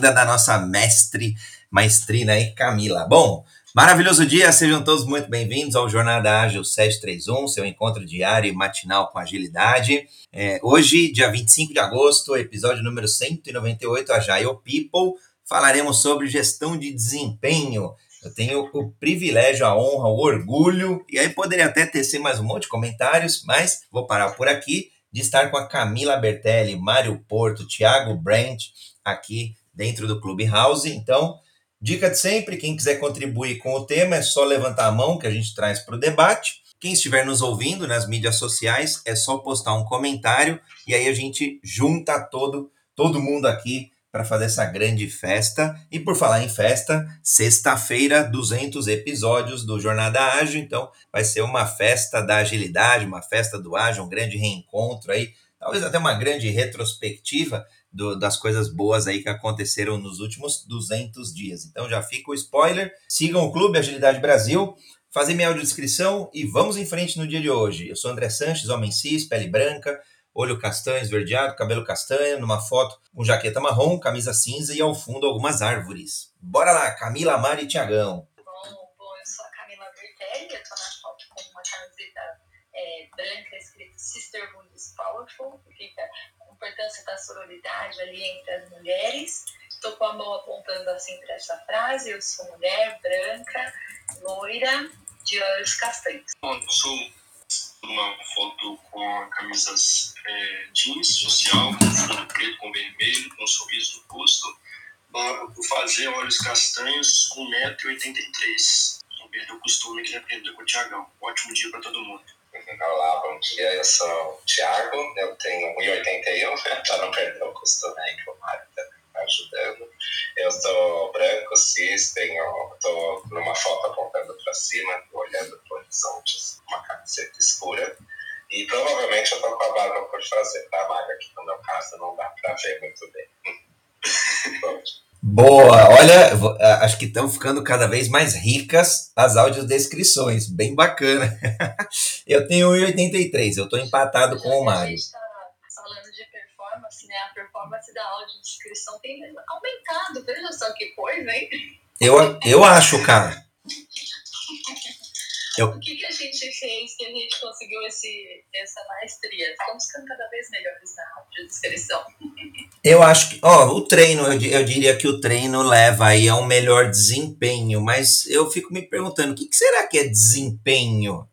Da nossa maestrina aí, Camila. Bom, maravilhoso dia, sejam todos muito bem-vindos ao Jornada Ágil 731, seu encontro diário e matinal com agilidade. Hoje, dia 25 de agosto, episódio número 198, Agile People, falaremos sobre gestão de desempenho. Eu tenho o privilégio, a honra, o orgulho, e aí poderia até tecer mais um monte de comentários, mas vou parar por aqui, de estar com a Camila Bertelli, Mário Porto, Thiago Brandt, aqui dentro do Clubhouse. Então, dica de sempre, quem quiser contribuir com o tema é só levantar a mão que a gente traz para o debate. Quem estiver nos ouvindo nas mídias sociais é só postar um comentário e aí a gente junta todo mundo aqui para fazer essa grande festa. E por falar em festa, sexta-feira, 200 episódios do Jornada Ágil, então vai ser uma festa da agilidade, uma festa do ágil, um grande reencontro aí, talvez até uma grande retrospectiva das coisas boas aí que aconteceram nos últimos 200 dias. Então já fica o spoiler, sigam o Clube Agilidade Brasil, fazer minha audiodescrição e vamos em frente no dia de hoje. Eu sou André Sanches, homem cis, pele branca, olho castanho esverdeado, cabelo castanho, numa foto com jaqueta marrom, camisa cinza e ao fundo algumas árvores. Bora lá, Camila, Mari e Tiagão. Bom, eu sou a Camila Bertelli, eu tô na foto com uma camiseta branca escrito Sisterhood is Powerful, que fica a importância da sororidade ali entre as mulheres. Estou com a mão apontando assim para essa frase: eu sou mulher, branca, loira, de olhos castanhos. Bom, eu sou uma foto com a camisa jeans social, com fundo preto com vermelho, com um sorriso no rosto. Vou fazer olhos castanhos com 1,83m. Não perdeu o costume que já aprendeu com o Thiagão. Ótimo dia para todo mundo. Olá, bom dia, eu sou o Thiago, eu tenho 1,81m, para não perder o costume aí que o Mário está ajudando. Eu sou branco, cis, estou numa foto apontando para cima, olhando para o horizonte, uma camiseta escura. E provavelmente eu estou com a barba por fazer, tá, Mário? Aqui no meu caso não dá para ver muito bem. Boa, olha, acho que estão ficando cada vez mais ricas as audiodescrições, bem bacana. Eu tenho 1,83m, eu estou empatado com o Mário. A gente está falando de performance, né? A performance da audiodescrição tem aumentado, veja só que coisa, hein? Eu acho, cara. O que a gente fez que a gente conseguiu essa maestria? Estamos ficando cada vez melhores na audiodescrição. Eu acho que, o treino, eu diria que o treino leva aí a um melhor desempenho, mas eu fico me perguntando, o que será que é desempenho?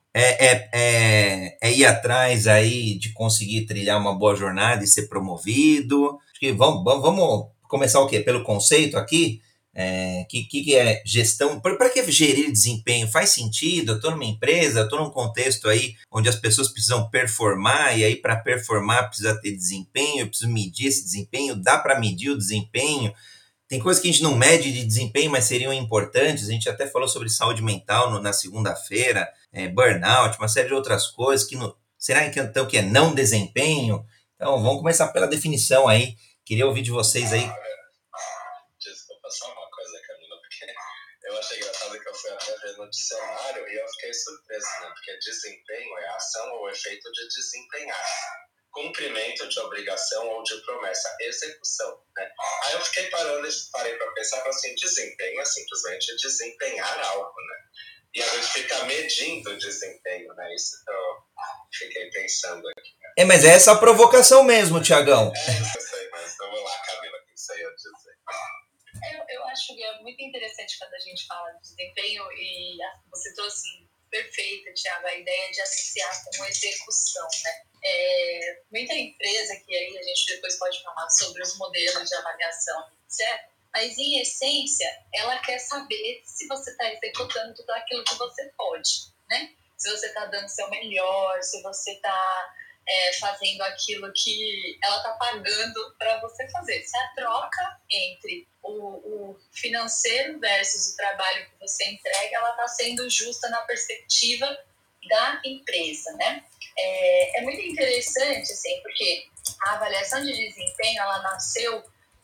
É ir atrás aí de conseguir trilhar uma boa jornada e ser promovido? Acho que vamos começar o quê? Pelo conceito aqui? Que é gestão? Para que gerir desempenho? Faz sentido? Eu estou numa empresa, eu estou num contexto aí onde as pessoas precisam performar, e aí para performar precisa ter desempenho, eu preciso medir esse desempenho, dá para medir o desempenho? Tem coisas que a gente não mede de desempenho, mas seriam importantes. A gente até falou sobre saúde mental na segunda-feira, burnout, uma série de outras coisas. Será que então que é não desempenho? Então vamos começar pela definição aí. Queria ouvir de vocês aí. Desculpa, só uma coisa, Camila, porque eu achei engraçado que eu fui até ver no dicionário e eu fiquei surpreso, né? Porque desempenho é a ação ou efeito de desempenhar. Cumprimento de obrigação ou de promessa, execução, né? Aí eu fiquei parei para pensar assim, desempenho é simplesmente desempenhar algo, né? E a gente fica medindo o desempenho, né? Isso que eu fiquei pensando aqui. Né? Mas é essa a provocação mesmo, Thiagão. Eu sei, mas vamos lá, Camila, o que você ia dizer? Eu acho que é muito interessante quando a gente fala de desempenho e você trouxe perfeita, Thiago, a ideia de associar com execução, né? Muita empresa que aí a gente depois pode falar sobre os modelos de avaliação, certo? Mas em essência, ela quer saber se você está executando tudo aquilo que você pode, né? Se você está dando o seu melhor, se você está fazendo aquilo que ela está pagando para você fazer. Se a troca entre o financeiro versus o trabalho que você entrega, ela está sendo justa na perspectiva da empresa, né? É muito interessante, assim, porque a avaliação de desempenho, ela nasceu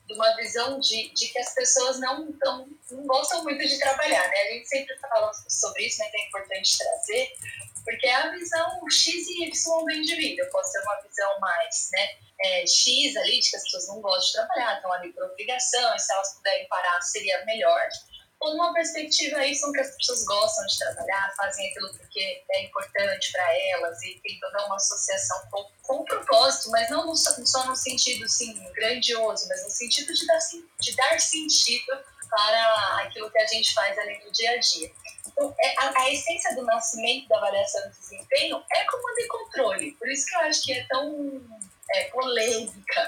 de uma visão de que as pessoas não gostam muito de trabalhar, né? A gente sempre fala sobre isso, mas é importante trazer, porque é a visão X e Y do indivíduo. Pode ser uma visão mais, né, X ali, de que as pessoas não gostam de trabalhar, estão ali por obrigação, e se elas puderem parar seria melhor. Ou numa perspectiva Y, que as pessoas gostam de trabalhar, fazem aquilo porque é importante para elas e tem toda uma associação com o propósito, mas não só no sentido assim, grandioso, mas no sentido de dar sentido para aquilo que a gente faz ali no dia a dia. Então, a essência do nascimento da avaliação de desempenho é comando e controle. Por isso que eu acho que é tão polêmica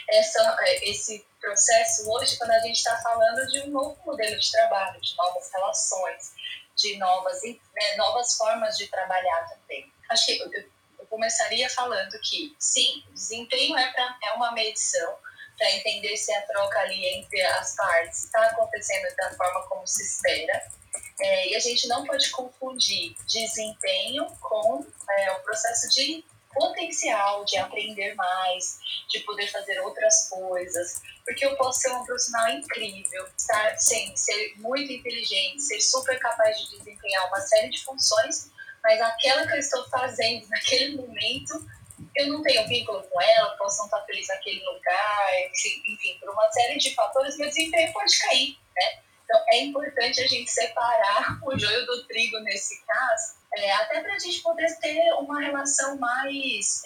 esse processo hoje, quando a gente está falando de um novo modelo de trabalho, de novas relações, de novas formas de trabalhar também. Acho que eu começaria falando que, sim, o desempenho é uma medição para entender se a troca ali entre as partes está acontecendo da forma como se espera. E a gente não pode confundir desempenho com o processo de potencial, de aprender mais, de poder fazer outras coisas, porque eu posso ser uma profissional incrível, ser muito inteligente, ser super capaz de desempenhar uma série de funções, mas aquela que eu estou fazendo naquele momento, eu não tenho vínculo com ela, posso não estar feliz naquele lugar, enfim, por uma série de fatores, meu desempenho pode cair, né? Então, é importante a gente separar o joio do trigo nesse caso, até para a gente poder ter uma relação mais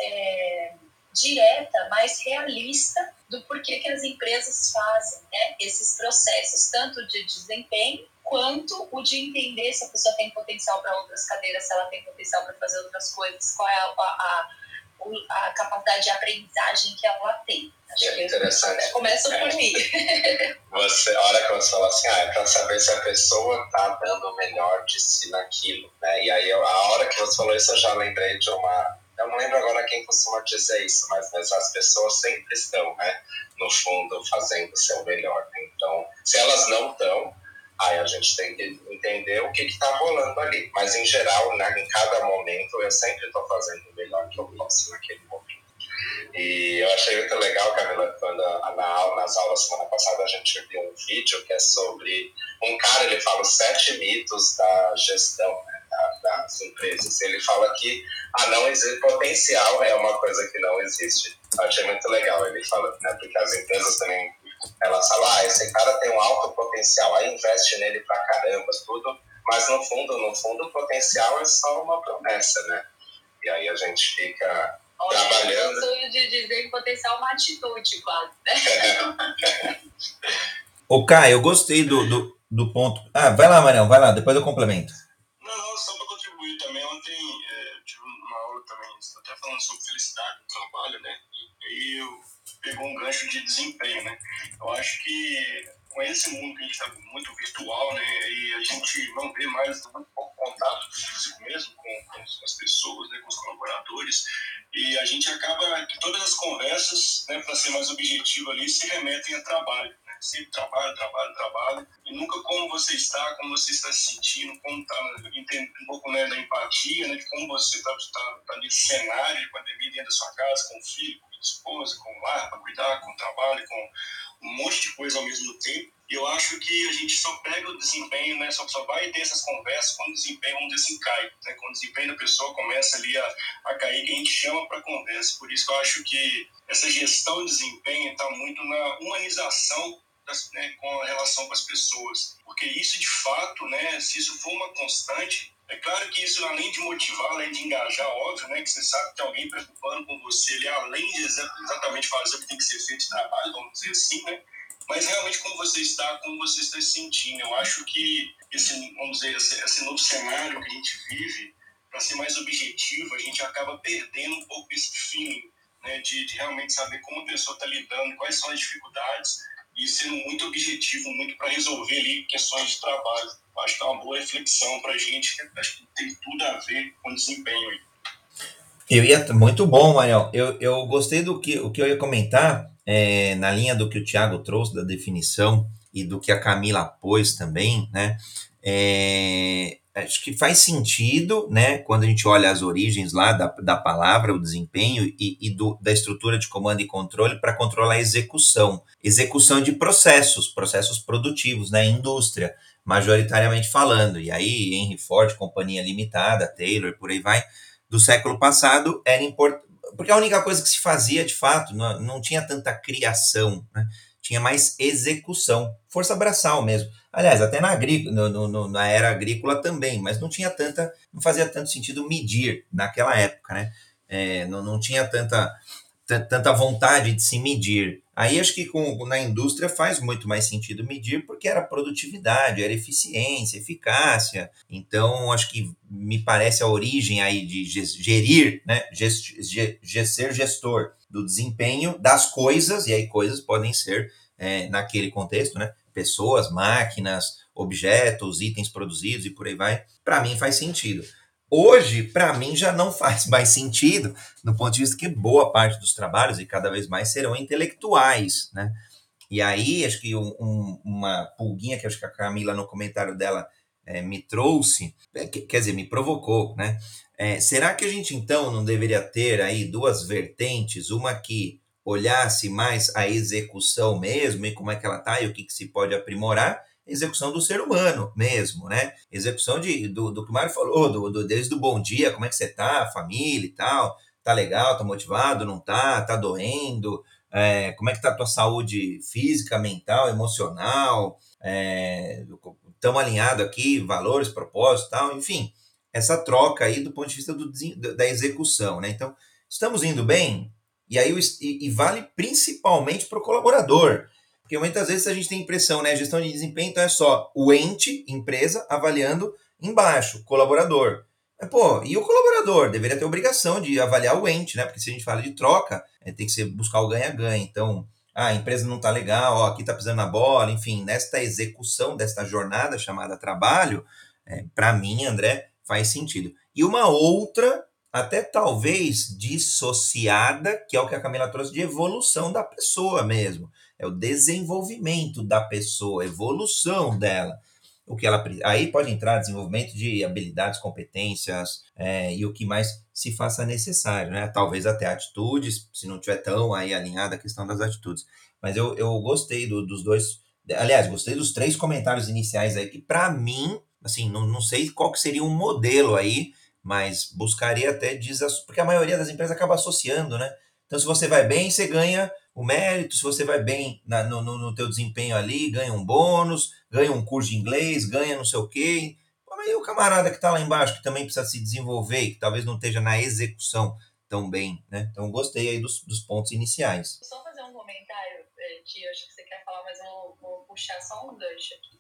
direta, mais realista do porquê que as empresas fazem, né, esses processos, tanto de desempenho quanto o de entender se a pessoa tem potencial para outras cadeiras, se ela tem potencial para fazer outras coisas, qual é a capacidade de aprendizagem que ela tem. Acho que interessante. Começa por mim. A hora que você falou assim, é para saber se a pessoa está dando o melhor de si naquilo, né? E aí, a hora que você falou isso, eu já lembrei de uma... Eu não lembro agora quem costuma dizer isso, mas as pessoas sempre estão, né, no fundo, fazendo o seu melhor. Então, se elas não estão, aí a gente tem que entender o que está rolando ali. Mas, em geral, né, em cada momento, eu sempre estou fazendo o melhor que eu posso naquele momento. E eu achei muito legal, Camila, quando nas aulas semana passada a gente viu um vídeo que é sobre um cara, ele fala os 7 mitos da gestão, né, das empresas. Ele fala que não existe, potencial é uma coisa que não existe. Eu achei muito legal ele falando, né, porque as empresas também, elas falam, esse cara tem um alto potencial, aí investe nele pra caramba, tudo, mas no fundo o potencial é só uma promessa, né? E aí a gente fica trabalhando. Eu sonho de dizer que potencial é uma atitude, quase, né? Ô, Caio, eu gostei do ponto. Vai lá, Marião, vai lá, depois eu complemento. Não, só para contribuir também. Ontem tive uma aula também, até falando sobre felicidade no trabalho, né? E aí eu pegou um gancho de desempenho, né? Eu acho que com esse mundo que a gente está muito virtual, né? E a gente não vê mais muito pouco contato físico mesmo com as pessoas, né? Com os colaboradores. E a gente acaba que todas as conversas, né, para ser mais objetivo ali, se remetem a trabalho. Sempre trabalho, e nunca como você está se sentindo, como está, um pouco, né, da empatia, né, de como você está nesse cenário de pandemia dentro da sua casa, com o filho, com a esposa, com o lar, para cuidar, com o trabalho, com um monte de coisa ao mesmo tempo. E eu acho que a gente só pega o desempenho, né, só vai ter essas conversas quando o desempenho, vamos dizer assim, cai, né, quando o desempenho da pessoa começa ali a cair, que a gente chama para conversa. Por isso que eu acho que essa gestão de desempenho está muito na humanização, né, com a relação com as pessoas, porque isso de fato, né, se isso for uma constante, é claro que isso, além de motivar, além de engajar, óbvio, né, que você sabe que tem alguém preocupando com você ali, além de exatamente fazer o que tem que ser feito de trabalho, vamos dizer assim, né, mas realmente como você está se sentindo. Eu acho que esse novo cenário que a gente vive, para ser mais objetivo, a gente acaba perdendo um pouco esse feeling, né, de realmente saber como a pessoa está lidando, quais são as dificuldades, e sendo muito objetivo, muito para resolver ali questões de trabalho. Acho que é uma boa reflexão para a gente, que acho que tem tudo a ver com o desempenho aí. Muito bom, Marião. Eu gostei o que eu ia comentar, na linha do que o Thiago trouxe, da definição, e do que a Camila pôs também, né? acho que faz sentido, né, quando a gente olha as origens lá da palavra, o desempenho da estrutura de comando e controle para controlar a execução de processos produtivos, né, indústria, majoritariamente falando. E aí, Henry Ford, Companhia Limitada, Taylor, por aí vai, do século passado, era importante, porque a única coisa que se fazia, de fato, não tinha tanta criação, né, tinha mais execução, força braçal mesmo. Aliás, até na era agrícola também, mas não fazia tanto sentido medir naquela época, né? Não tinha tanta vontade de se medir. Aí acho que na indústria faz muito mais sentido medir porque era produtividade, era eficiência, eficácia. Então acho que me parece a origem aí de gerir, né? Ser gestor do desempenho das coisas, e aí coisas podem ser naquele contexto, né? Pessoas, máquinas, objetos, itens produzidos e por aí vai. Para mim faz sentido. Hoje, para mim, já não faz mais sentido, no ponto de vista que boa parte dos trabalhos, e cada vez mais, serão intelectuais, né? E aí, acho que uma pulguinha que acho que a Camila, no comentário dela, me trouxe, quer dizer, me provocou, né? Será que a gente, então, não deveria ter aí duas vertentes, uma que olhasse mais a execução mesmo, e como é que ela está, e o que se pode aprimorar, execução do ser humano mesmo, né? Execução do que o Mário falou, desde o bom dia, como é que você tá, família e tal, tá legal, tá motivado, não tá doendo, como é que tá a tua saúde física, mental, emocional, estamos alinhados aqui, valores, propósitos e tal, enfim, essa troca aí do ponto de vista da execução, né? Então, estamos indo bem, e aí vale principalmente para o colaborador, porque muitas vezes a gente tem a impressão, né? Gestão de desempenho, então é só o ente, empresa, avaliando embaixo, colaborador. Mas, pô, e o colaborador? Deveria ter obrigação de avaliar o ente, né? Porque se a gente fala de troca, tem que ser buscar o ganha-ganha. Então, a empresa não está legal, ó, aqui está pisando na bola, enfim, nesta execução desta jornada chamada trabalho, para mim, André, faz sentido. E uma outra, até talvez dissociada, que é o que a Camila trouxe de evolução da pessoa mesmo. É o desenvolvimento da pessoa, a evolução dela. O que ela aí pode entrar desenvolvimento de habilidades, competências e o que mais se faça necessário, né? Talvez até atitudes, se não tiver tão aí alinhada a questão das atitudes. Mas eu gostei dos dois, aliás, gostei dos três comentários iniciais aí que para mim, assim, não sei qual que seria um modelo aí, mas buscaria até porque a maioria das empresas acaba associando, né? Então, se você vai bem, você ganha o mérito, se você vai bem no teu desempenho ali, ganha um bônus, ganha um curso de inglês, ganha não sei o quê. Mas aí o camarada que está lá embaixo, que também precisa se desenvolver, que talvez não esteja na execução tão bem, né? Então, gostei aí dos pontos iniciais. Só fazer um comentário, Tio, acho que você quer falar, mas eu vou puxar só um gancho aqui.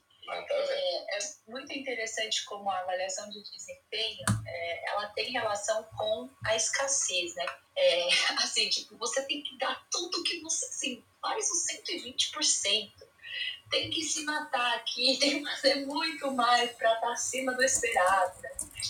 É muito interessante como a avaliação de desempenho ela tem relação com a escassez, né? Assim, tipo, você tem que dar tudo que você, assim, faz os 120%. Tem que se matar aqui, tem que fazer muito mais para estar acima do esperado. Né?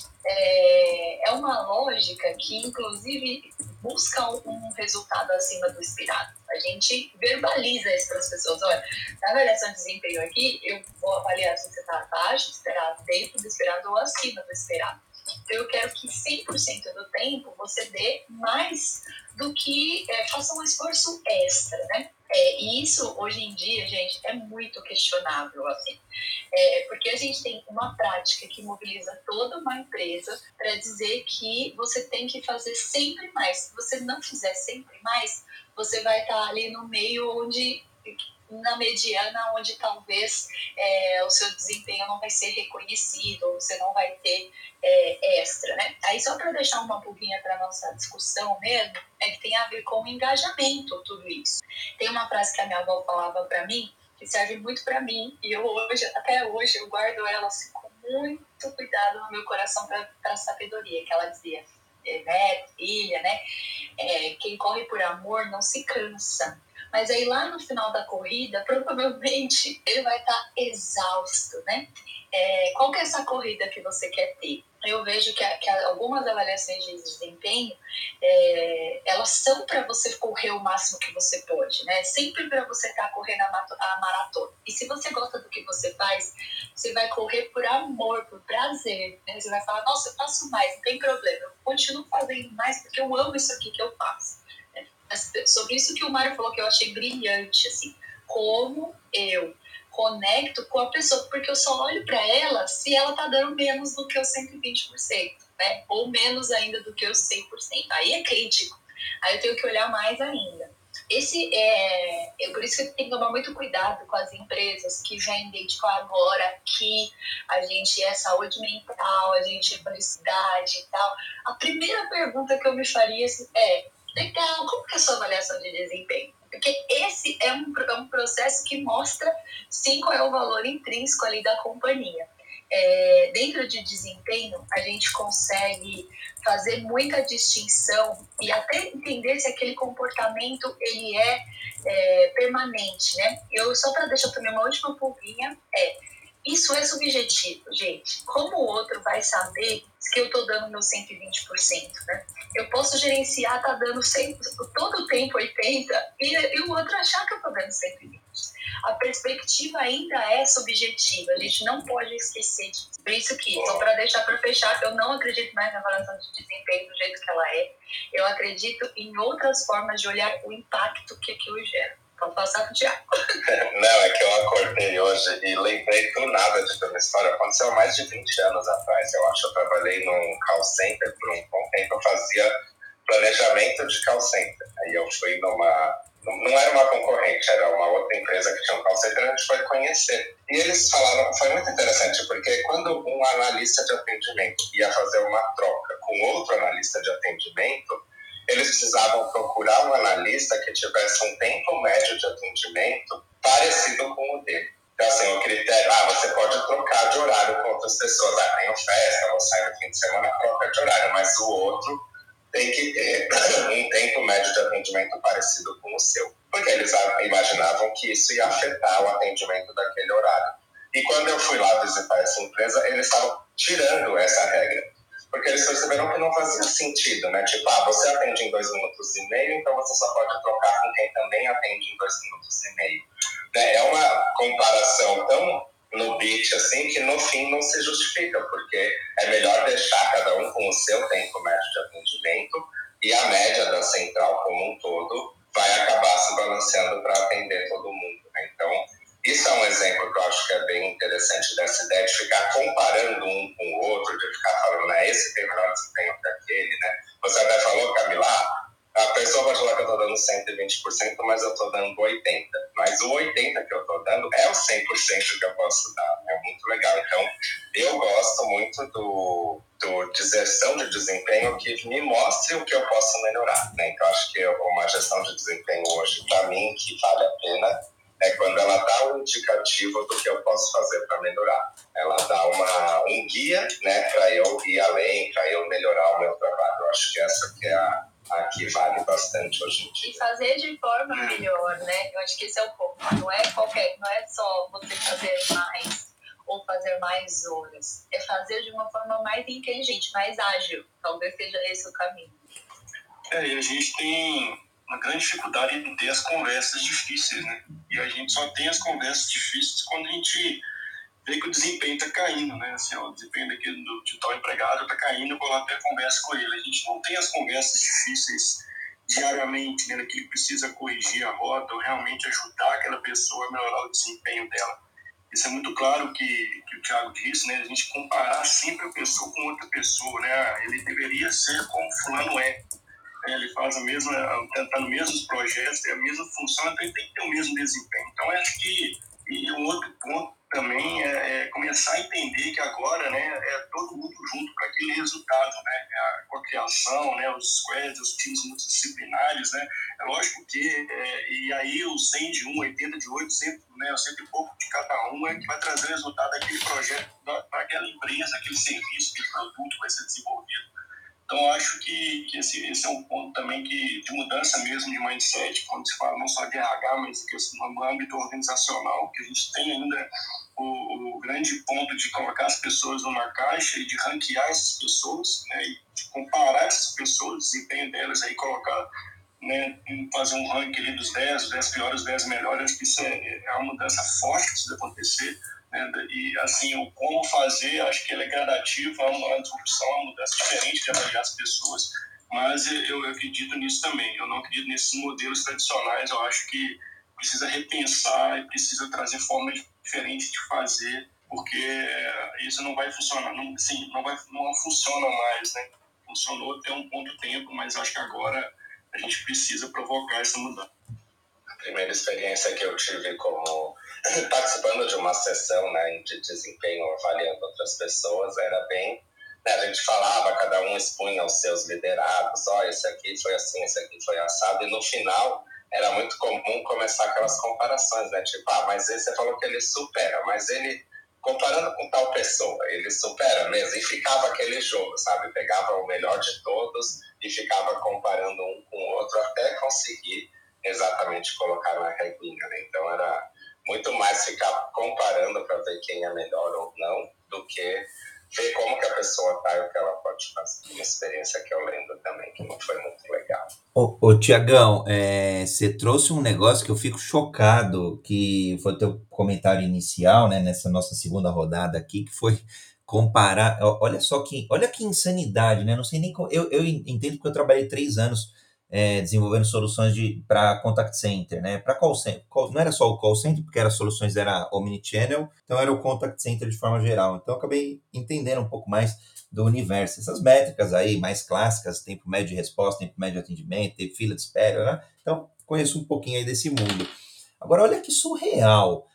É uma lógica que, inclusive, busca um resultado acima do esperado. A gente verbaliza isso para as pessoas. Olha, na avaliação de desempenho aqui, eu vou avaliar se você está abaixo do esperado, dentro do esperado ou acima do esperado. Então, eu quero que 100% do tempo você dê mais do que faça um esforço extra, né? E isso, hoje em dia, gente, é muito questionável, assim. Porque a gente tem uma prática que mobiliza toda uma empresa para dizer que você tem que fazer sempre mais. Se você não fizer sempre mais, você vai estar ali no meio na mediana, onde talvez o seu desempenho não vai ser reconhecido, ou você não vai ter extra, né? Aí, só para deixar uma pulguinha para nossa discussão mesmo, que tem a ver com o engajamento, tudo isso. Tem uma frase que a minha avó falava para mim, que serve muito para mim, e até hoje, eu guardo ela assim, com muito cuidado no meu coração para a sabedoria, que ela dizia, né, filha, né, quem corre por amor não se cansa, Mas aí lá no final da corrida, provavelmente ele vai estar exausto, né? Qual que é essa corrida que você quer ter? Eu vejo que algumas avaliações de desempenho, elas são para você correr o máximo que você pode, né? Sempre para você estar correndo a maratona. E se você gosta do que você faz, você vai correr por amor, por prazer, né? Você vai falar, nossa, eu faço mais, não tem problema, eu continuo fazendo mais porque eu amo isso aqui que eu faço. Sobre isso que o Mário falou, que eu achei brilhante, assim, como eu conecto com a pessoa, porque eu só olho para ela se ela tá dando menos do que os 120%, né? Ou menos ainda do que os 100%. Aí é crítico. Aí eu tenho que olhar mais ainda. Por isso que eu tenho que tomar muito cuidado com as empresas que vendem, tipo, agora que a gente é saúde mental, a gente é felicidade e tal. A primeira pergunta que eu me faria é: legal, como que é a sua avaliação de desempenho? Porque esse é um processo que mostra, sim, qual é o valor intrínseco ali da companhia. Dentro de desempenho, a gente consegue fazer muita distinção e até entender se aquele comportamento ele é permanente, né? Só para deixar também uma última pulguinha, isso é subjetivo, gente. Como o outro vai saber que eu estou dando meu 120%, né? Eu posso gerenciar, tá dando todo o tempo 80% e o outro achar que eu estou dando 120%. A perspectiva ainda é subjetiva, a gente não pode esquecer disso. Por isso que, só para deixar para fechar, eu não acredito mais na avaliação de desempenho do jeito que ela é. Eu acredito em outras formas de olhar o impacto que aquilo gera. Pode passar para o Thiago. Não, é que eu acordei hoje e lembrei do nada de uma história. Aconteceu há mais de 20 anos atrás, eu acho. Eu trabalhei num call center por um bom tempo. Eu fazia planejamento de call center. Aí eu fui não era uma concorrente, era uma outra empresa que tinha um call center, a gente foi conhecer. E eles falaram, foi muito interessante, porque quando um analista de atendimento ia fazer uma troca com outro analista de atendimento, eles precisavam procurar um analista que tivesse um tempo médio de atendimento parecido com o dele. Então, assim, o critério, você pode trocar de horário com outras pessoas. Tenho festa, vou sair no fim de semana, troca de horário, mas o outro tem que ter um tempo médio de atendimento parecido com o seu. Porque eles imaginavam que isso ia afetar o atendimento daquele horário. E quando eu fui lá visitar essa empresa, eles estavam tirando essa regra. Porque eles perceberam que não fazia sentido, né? Tipo, você atende em 2 minutos e meio, então você só pode trocar com quem também atende em 2 minutos e meio. É uma comparação tão no beat, assim, que no fim não se justifica, porque é melhor deixar cada um com o seu tempo médio de atendimento e a média da central como um todo vai acabar se balanceando para atender todo mundo, né? Então, isso é um exemplo que eu acho que é bem interessante dessa ideia de ficar comparando um com o outro, de ficar falando, esse tem melhor desempenho que aquele, né? Você até falou, Camila, a pessoa vai falar que eu estou dando 120%, mas eu estou dando 80%. Mas o 80% que eu estou dando é o 100% que eu posso dar. É muito legal. Então, eu gosto muito do gestão de desempenho que me mostre o que eu posso melhorar, né? Então, acho que uma gestão de desempenho hoje, para mim, que vale a pena, é quando ela dá um indicativo do que eu posso fazer para melhorar. Ela dá um guia, né, para eu ir além, para eu melhorar o meu trabalho. Eu acho que essa que é a que vale bastante hoje em dia. E fazer de forma melhor, né? Eu acho que esse é o ponto. Não é só você fazer mais ou fazer mais horas. É fazer de uma forma mais inteligente, mais ágil. Talvez seja esse o caminho. E a gente tem uma grande dificuldade em ter as conversas difíceis, né? E a gente só tem as conversas difíceis quando a gente vê que o desempenho está caindo, né? Assim, o desempenho de tal empregado está caindo, eu vou lá ter a conversa com ele. A gente não tem as conversas difíceis diariamente, né? Que ele precisa corrigir a rota ou realmente ajudar aquela pessoa a melhorar o desempenho dela. Isso é muito claro que o Thiago disse, né? A gente comparar sempre a pessoa com outra pessoa, né? Ele deveria ser como fulano é. Ele faz tentando os mesmos projetos, tem a mesma função, então ele tem que ter o mesmo desempenho. Então, acho que um outro ponto também é começar a entender que agora, né, é todo mundo junto para aquele resultado, né, a cocriação, né, os squads, os times multidisciplinares, né, é lógico que, e aí o 100 de um, 80 de outro, 100, né, o 100 e pouco de cada um é que vai trazer o resultado daquele projeto para aquela empresa, aquele serviço, aquele produto que vai ser desenvolvido. Então, eu acho que esse é um ponto também de mudança mesmo de mindset, quando se fala não só de RH, mas no âmbito organizacional, que a gente tem ainda o grande ponto de colocar as pessoas numa caixa e de ranquear essas pessoas, né, e de comparar essas pessoas, o desempenho delas, aí colocar, né, fazer um ranking ali dos 10 piores, 10 melhores. Acho que isso é uma mudança forte que precisa acontecer, né, e assim, o como fazer, acho que ele é gradativo, é uma disrupção, uma mudança diferente de avaliar as pessoas, mas eu acredito nisso também. Eu não acredito nesses modelos tradicionais. Eu acho que precisa repensar e precisa trazer formas diferentes de fazer, porque isso não vai funcionar, não funciona mais, né? Funcionou até um ponto tempo, mas acho que agora a gente precisa provocar essa mudança. A primeira experiência que eu tive como participando de uma sessão, né, de desempenho, avaliando outras pessoas, era bem... Né, a gente falava, cada um expunha os seus liderados, esse aqui foi assim, esse aqui foi assado, e no final era muito comum começar aquelas comparações, né, tipo, mas esse você falou que ele supera, mas ele, comparando com tal pessoa, ele supera mesmo, e ficava aquele jogo, sabe, pegava o melhor de todos e ficava comparando um com o outro até conseguir exatamente colocar na reguinha, né? Então era muito mais ficar comparando para ver quem é melhor ou não, do que ver como que a pessoa tá e o que ela pode fazer. Uma experiência que eu lembro também, que não foi muito legal. Ô Tiagão, você trouxe um negócio que eu fico chocado, que foi o teu comentário inicial, né, nessa nossa segunda rodada aqui, que foi comparar. Olha que insanidade, né? Não sei nem como. Eu entendo porque eu trabalhei 3 anos desenvolvendo soluções para contact center, né? Para call center. Não era só o call center, porque era soluções, era omnichannel, então era o contact center de forma geral. Então eu acabei entendendo um pouco mais do universo. Essas métricas aí mais clássicas, tempo médio de resposta, tempo médio de atendimento, tempo fila de espera, né? Então, conheço um pouquinho aí desse mundo. Agora, olha que surreal.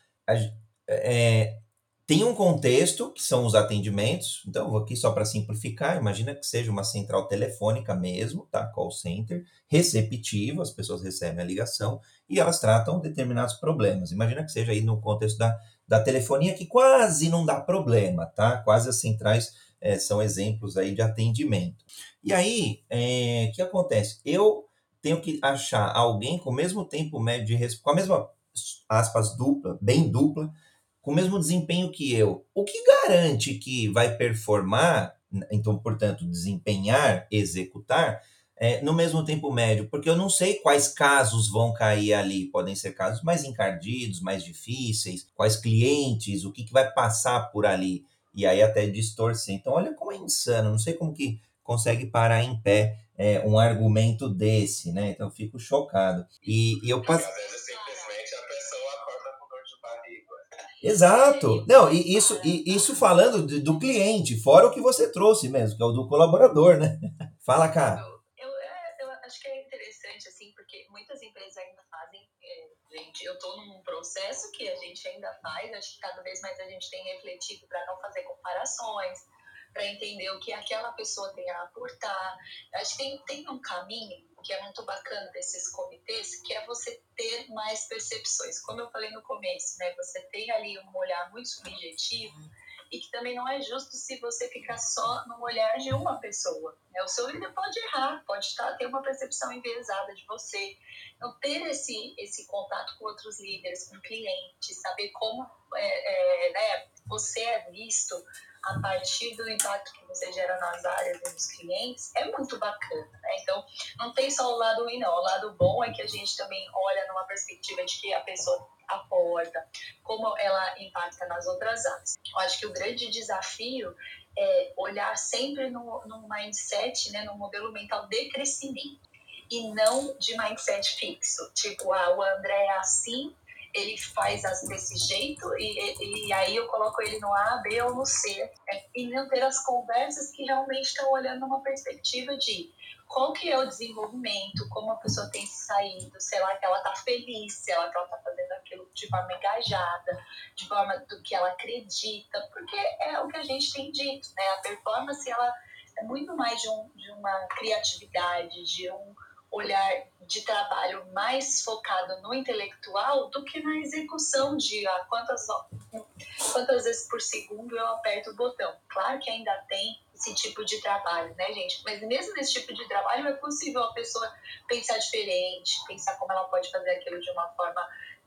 É, tem um contexto, que são os atendimentos. Então, vou aqui só para simplificar. Imagina que seja uma central telefônica mesmo, tá? Call center, receptivo, as pessoas recebem a ligação e elas tratam determinados problemas. Imagina que seja aí no contexto da telefonia, que quase não dá problema, tá? Quase as centrais são exemplos aí de atendimento. E aí, o que acontece? Eu tenho que achar alguém com o mesmo tempo médio de resposta, com a mesma, aspas, dupla, bem dupla, com o mesmo desempenho que eu. O que garante que vai performar, então, portanto, desempenhar, executar, no mesmo tempo médio? Porque eu não sei quais casos vão cair ali. Podem ser casos mais encardidos, mais difíceis, quais clientes, o que vai passar por ali. E aí até distorcer. Então, olha como é insano. Não sei como que consegue parar em pé um argumento desse, né? Então, eu fico chocado. E eu passo... Às vezes, simplesmente, a pessoa acorda com dor de barriga. Exato. Não, e isso falando do cliente, fora o que você trouxe mesmo, que é o do colaborador, né? Fala, cara. Eu acho que é interessante, assim, porque muitas empresas ainda fazem, gente, eu estou num processo que a gente ainda faz, acho que cada vez mais a gente tem refletido para não fazer comparações, para entender o que aquela pessoa tem a aportar. Acho que tem um caminho que é muito bacana desses comitês, que é você ter mais percepções. Como eu falei no começo, né? Você tem ali um olhar muito subjetivo e que também não é justo se você ficar só no olhar de uma pessoa. O seu líder pode errar, pode ter uma percepção enviesada de você. Então, ter esse contato com outros líderes, com clientes, saber como né, você é visto a partir do impacto que você gera nas áreas e nos clientes, é muito bacana, né? Então, não tem só o lado ruim, não. O lado bom é que a gente também olha numa perspectiva de que a pessoa aporta, como ela impacta nas outras áreas. Eu acho que o grande desafio é olhar sempre no mindset, né, no modelo mental de crescimento, e não de mindset fixo. Tipo, o André é assim, ele faz desse jeito e aí eu coloco ele no A, B ou no C. E não ter as conversas que realmente estão olhando numa perspectiva de qual que é o desenvolvimento, como a pessoa tem saído, sei lá, que ela está feliz, sei lá, que ela está fazendo aquilo de forma engajada, de forma do que ela acredita, porque é o que a gente tem dito, né? A performance, ela é muito mais de uma criatividade, de um olhar de trabalho mais focado no intelectual do que na execução de quantas vezes por segundo eu aperto o botão. Claro que ainda tem esse tipo de trabalho, né, gente? Mas mesmo nesse tipo de trabalho é possível a pessoa pensar diferente, pensar como ela pode fazer aquilo de uma forma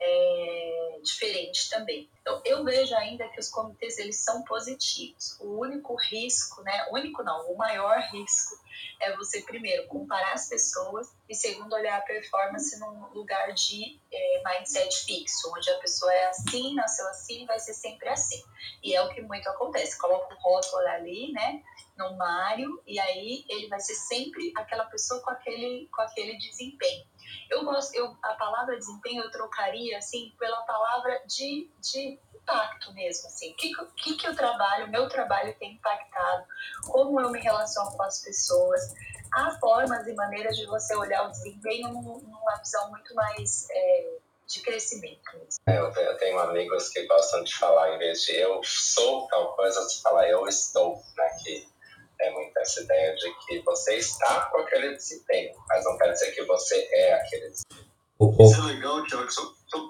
diferente também. Então, eu vejo ainda que os comitês, eles são positivos. O único risco, né? O único não, o maior risco é você, primeiro, comparar as pessoas e, segundo, olhar a performance num lugar de mindset fixo, onde a pessoa é assim, nasceu assim, vai ser sempre assim. E é o que muito acontece. Coloca o rótulo ali, né, no Mário, e aí ele vai ser sempre aquela pessoa com aquele desempenho. A palavra desempenho eu trocaria, assim, pela palavra de impacto mesmo, assim. O que o meu trabalho tem impactado, como eu me relaciono com as pessoas. Há formas e maneiras de você olhar o desempenho numa visão muito mais de crescimento mesmo. Eu tenho amigos que gostam de falar, em vez de eu sou tal coisa, de falar eu estou, né? Que é muito essa ideia de que você está com aquele desempenho, mas não quer dizer que você é aquele desempenho. Isso é legal, Thiago, só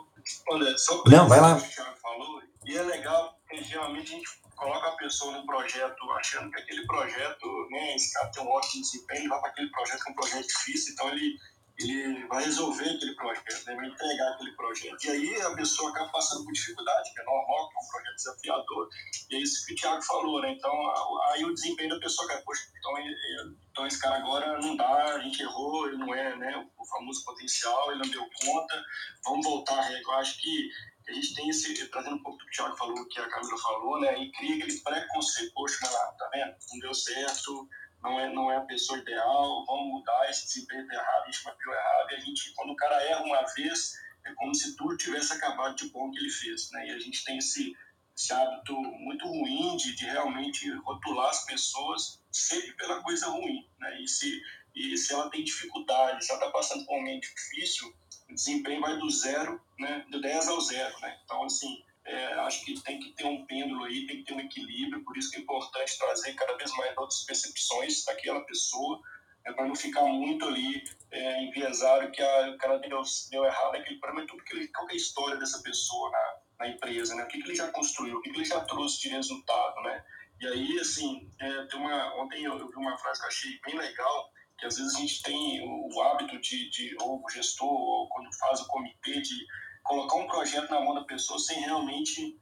Não, vai lá. O que o Thiago falou, e é legal porque geralmente a gente coloca a pessoa num projeto achando que aquele projeto, né, esse cara tem um ótimo desempenho, ele vai para aquele projeto que é um projeto difícil, então ele vai resolver aquele projeto, né, vai entregar aquele projeto. E aí a pessoa acaba passando por dificuldade, que é normal, que é um projeto desafiador, e é isso que o Thiago falou, né? Então aí o desempenho da pessoa cai, poxa, então esse cara agora não dá, a gente errou, ele não é, né, o famoso potencial, ele não deu conta, vamos voltar a regra. Eu acho que a gente tem trazendo um pouco do que o Thiago falou, que a Camila falou, né, e cria aquele preconceito, poxa, mas lá, tá vendo? Não deu certo, não é a pessoa ideal, vamos mudar, esse desempenho tá errado, a gente mapeou errado, e a gente, quando o cara erra uma vez, é como se tudo tivesse acabado de bom que ele fez, né, e a gente tem esse hábito muito ruim de realmente rotular as pessoas sempre pela coisa ruim, né, e se ela tem dificuldade, se ela está passando por um momento difícil, o desempenho vai do 0, né, do 10 ao 0, né, então assim, acho que tem que ter um pêndulo aí, tem que ter um equilíbrio, por isso que é importante trazer cada vez mais outras percepções daquela pessoa, para não ficar muito ali enviesado que o cara deu errado aquele problema, qual que é a história dessa pessoa na empresa, né? O que ele já construiu, o que ele já trouxe de resultado, né? E aí, assim, ontem eu vi uma frase que eu achei bem legal, que às vezes a gente tem o hábito ou o gestor, ou quando faz o comitê, de colocar um projeto na mão da pessoa sem realmente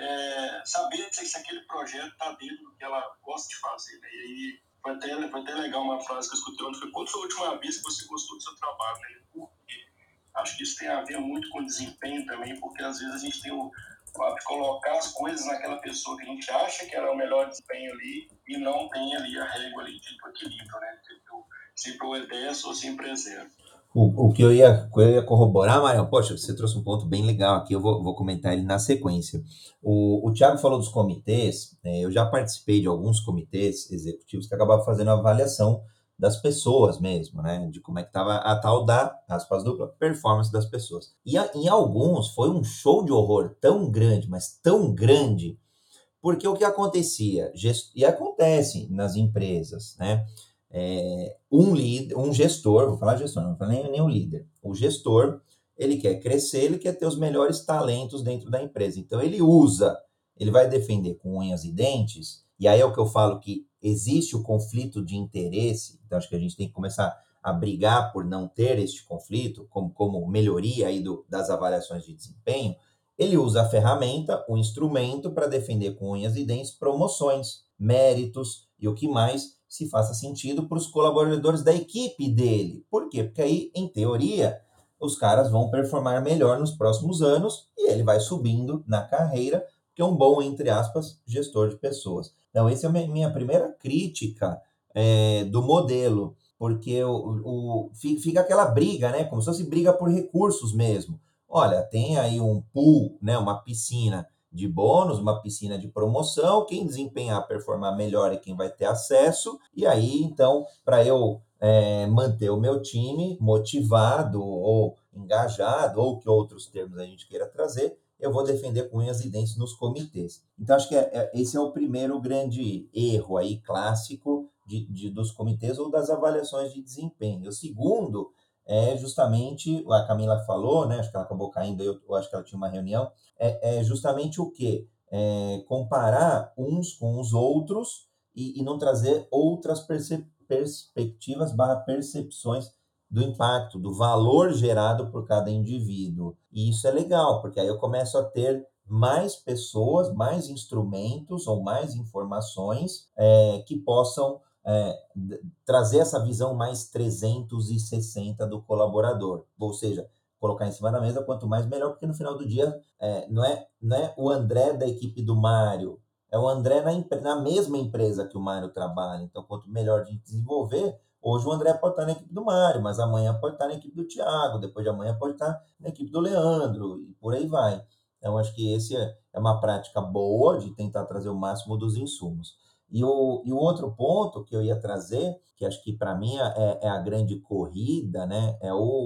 saber se aquele projeto está dentro do que ela gosta de fazer, né? E aí foi até legal uma frase que eu escutei ontem, foi: quando foi a última vez que você gostou do seu trabalho, né? Por quê? Acho que isso tem a ver muito com desempenho também, porque às vezes a gente tem o hábito de colocar as coisas naquela pessoa que a gente acha que era o melhor desempenho ali e não tem ali a régua ali de equilíbrio, né? Sempre ou é 10 ou sempre é 0. O que eu ia corroborar, Marião, poxa, você trouxe um ponto bem legal aqui, eu vou comentar ele na sequência. O Thiago falou dos comitês, eu já participei de alguns comitês executivos que acabavam fazendo a avaliação das pessoas mesmo, né? De como é que estava a tal da, aspas dupla, performance das pessoas. E em alguns foi um show de horror tão grande, mas tão grande, porque o que acontecia, e acontece nas empresas, né? Um gestor, vou falar gestor, não vou falar nem o líder. O gestor, ele quer crescer, ele quer ter os melhores talentos dentro da empresa. Então, ele vai defender com unhas e dentes, e aí é o que eu falo que existe o conflito de interesse, então acho que a gente tem que começar a brigar por não ter este conflito, como melhoria aí das avaliações de desempenho. Ele usa a ferramenta, o instrumento para defender com unhas e dentes promoções, méritos e o que mais se faça sentido para os colaboradores da equipe dele. Por quê? Porque aí, em teoria, os caras vão performar melhor nos próximos anos e ele vai subindo na carreira, que é um bom, entre aspas, gestor de pessoas. Então, essa é a minha primeira crítica do modelo, porque fica aquela briga, né? Como se fosse briga por recursos mesmo. Olha, tem aí um pool, né? Uma piscina de bônus, uma piscina de promoção, quem desempenhar, performar melhor é quem vai ter acesso, e aí, então, para eu manter o meu time motivado ou engajado, ou que outros termos a gente queira trazer, eu vou defender com unhas e dentes nos comitês. Então, acho que esse é o primeiro grande erro aí, clássico, dos comitês ou das avaliações de desempenho. O segundo é justamente, a Camila falou, né, acho que ela acabou caindo, eu acho que ela tinha uma reunião, é justamente o quê? Comparar uns com os outros e não trazer outras perspectivas / percepções do impacto, do valor gerado por cada indivíduo. E isso é legal, porque aí eu começo a ter mais pessoas, mais instrumentos ou mais informações que possam trazer essa visão mais 360 do colaborador. Ou seja, colocar em cima da mesa, quanto mais melhor, porque no final do dia não é o André da equipe do Mário, é o André na mesma empresa que o Mário trabalha. Então, quanto melhor a gente desenvolver, hoje o André pode estar na equipe do Mário, mas amanhã pode estar na equipe do Thiago, depois de amanhã pode estar na equipe do Leandro, e por aí vai. Então, acho que esse é uma prática boa de tentar trazer o máximo dos insumos. E o outro ponto que eu ia trazer, que acho que para mim é a grande corrida, né?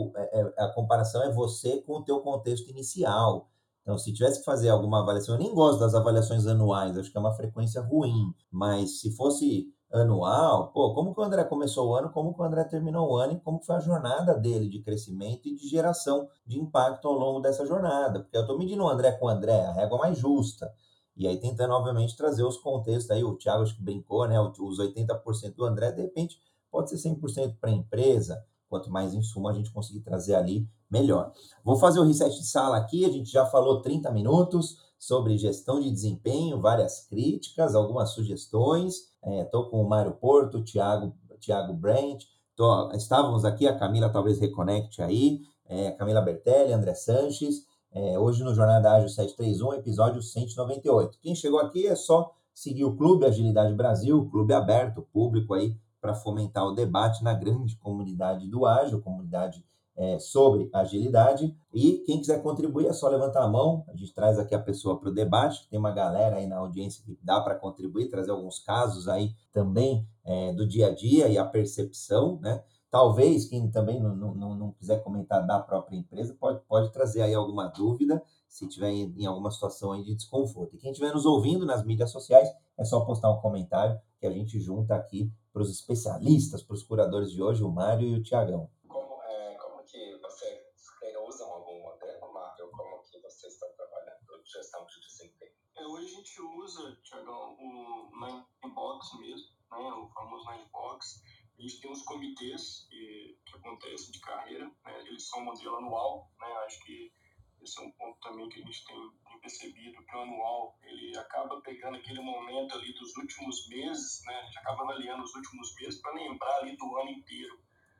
A comparação é você com o teu contexto inicial. Então, se tivesse que fazer alguma avaliação, eu nem gosto das avaliações anuais, acho que é uma frequência ruim, mas se fosse anual, pô, como que o André começou o ano, como que o André terminou o ano e como foi a jornada dele de crescimento e de geração de impacto ao longo dessa jornada, porque eu estou medindo o André com o André, a régua mais justa, e aí tentando, obviamente, trazer os contextos, aí o Thiago acho que brincou, né, os 80% do André, de repente, pode ser 100% para a empresa, quanto mais insumo a gente conseguir trazer ali, melhor. Vou fazer o reset de sala aqui, a gente já falou 30 minutos sobre gestão de desempenho, várias críticas, algumas sugestões. Estou com o Mário Porto, Thiago Brandt, estávamos aqui, a Camila talvez reconecte aí, Camila Bertelli, André Sanches, hoje no Jornada Ágil 731, episódio 198. Quem chegou aqui é só seguir o Clube Agilidade Brasil, clube aberto, público aí, para fomentar o debate na grande comunidade do Ágil, comunidade sobre agilidade. E quem quiser contribuir é só levantar a mão, a gente traz aqui a pessoa para o debate, tem uma galera aí na audiência que dá para contribuir, trazer alguns casos aí também do dia a dia e a percepção, né? Talvez quem também não quiser comentar da própria empresa, pode trazer aí alguma dúvida, se tiver em alguma situação aí de desconforto. E quem estiver nos ouvindo nas mídias sociais, é só postar um comentário que a gente junta aqui para os especialistas, para os curadores de hoje, o Mário e o Thiagão. Como que vocês usam algum modelo, Mário? Como que vocês estão trabalhando gestão de desempenho? Hoje a gente usa, Thiagão, o Ninebox mesmo, né, o famoso Ninebox. A gente tem os comitês que acontecem de carreira, né, eles são modelo anual, né, acho que esse é um ponto também que a gente tem percebido, que o anual, ele acaba pegando aquele momento ali dos últimos meses, né, a gente acaba avaliando os últimos meses para lembrar ali do ano inteiro,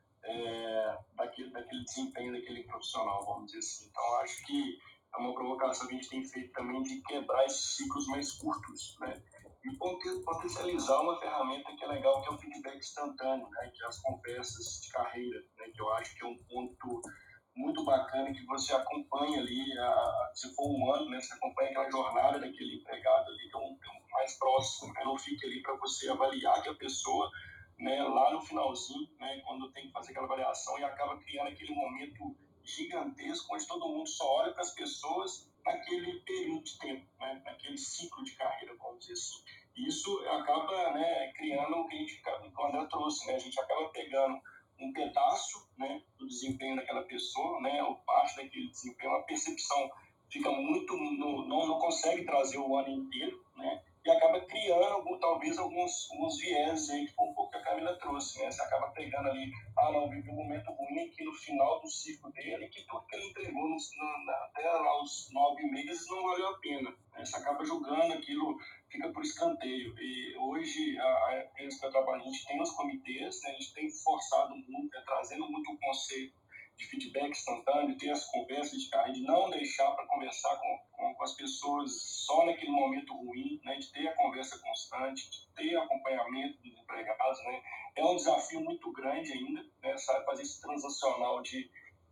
daquele desempenho daquele profissional, vamos dizer assim. Então, acho que é uma provocação que a gente tem feito também de quebrar esses ciclos mais curtos, né? E potencializar uma ferramenta que é legal, que é o feedback instantâneo, né? Que é as conversas de carreira, né? Que eu acho que é um ponto muito bacana que você acompanha ali, se for um ano, né? Você acompanha aquela jornada daquele empregado ali, que é um mais próximo, né? Não fica ali para você avaliar que a pessoa, né, lá no finalzinho, né, quando tem que fazer aquela avaliação, e acaba criando aquele momento gigantesco onde todo mundo só olha para as pessoas naquele período de tempo, né, naquele ciclo de carreira, vamos dizer assim. E isso acaba, né, criando o que o André trouxe, né, a gente acaba pegando um pedaço, né, do desempenho daquela pessoa, né, ou parte daquele desempenho, a percepção fica muito, não consegue trazer o ano inteiro, né, e acaba criando talvez alguns viés aí, que foi um pouco que a Camila trouxe, né? Você acaba pegando ali, não, vive um momento ruim que no final do ciclo dele, que tudo que ele entregou até lá os 9 meses não valeu a pena, né? Você acaba julgando aquilo, fica por escanteio. E hoje, a empresa que eu trabalho, a gente tem os comitês, né? A gente tem forçado muito, trazendo muito o conceito de feedback instantâneo, ter as conversas de carreira, de não deixar para conversar com as pessoas só naquele momento ruim, né, de ter a conversa constante, de ter acompanhamento dos empregados, né, é um desafio muito grande ainda, né, sabe, fazer esse transacional de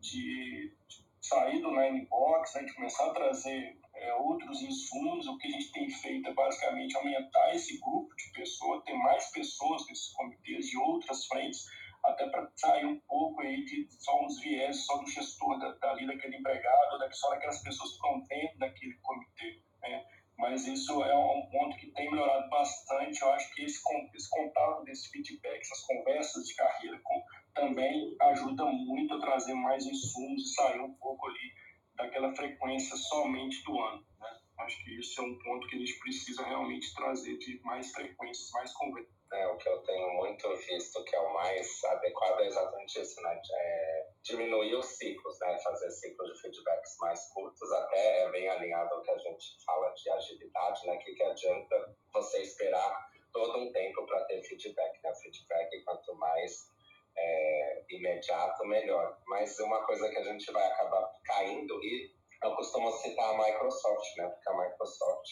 sair do Ninebox, né, de começar a trazer outros insumos. O que a gente tem feito é basicamente aumentar esse grupo de pessoas, ter mais pessoas nesses comitês de outras frentes, até para sair um pouco aí de só uns viés, só do gestor dali, daquele empregado, só daquelas pessoas que estão dentro daquele comitê, né? Mas isso é um ponto que tem melhorado bastante. Eu acho que esse contato desse feedback, essas conversas de carreira também ajuda muito a trazer mais insumos e sair um pouco ali daquela frequência somente do ano, né? Acho que isso é um ponto que a gente precisa realmente trazer de mais frequências, mais conversas. O que eu tenho muito visto que é o mais adequado é exatamente isso, né? Diminuir os ciclos, né? Fazer ciclos de feedbacks mais curtos, até é bem alinhado ao que a gente fala de agilidade, né? Que adianta você esperar todo um tempo para ter feedback, né? Feedback, quanto mais imediato, melhor. Mas uma coisa que a gente vai acabar caindo, e eu costumo citar a Microsoft, né? Porque a Microsoft,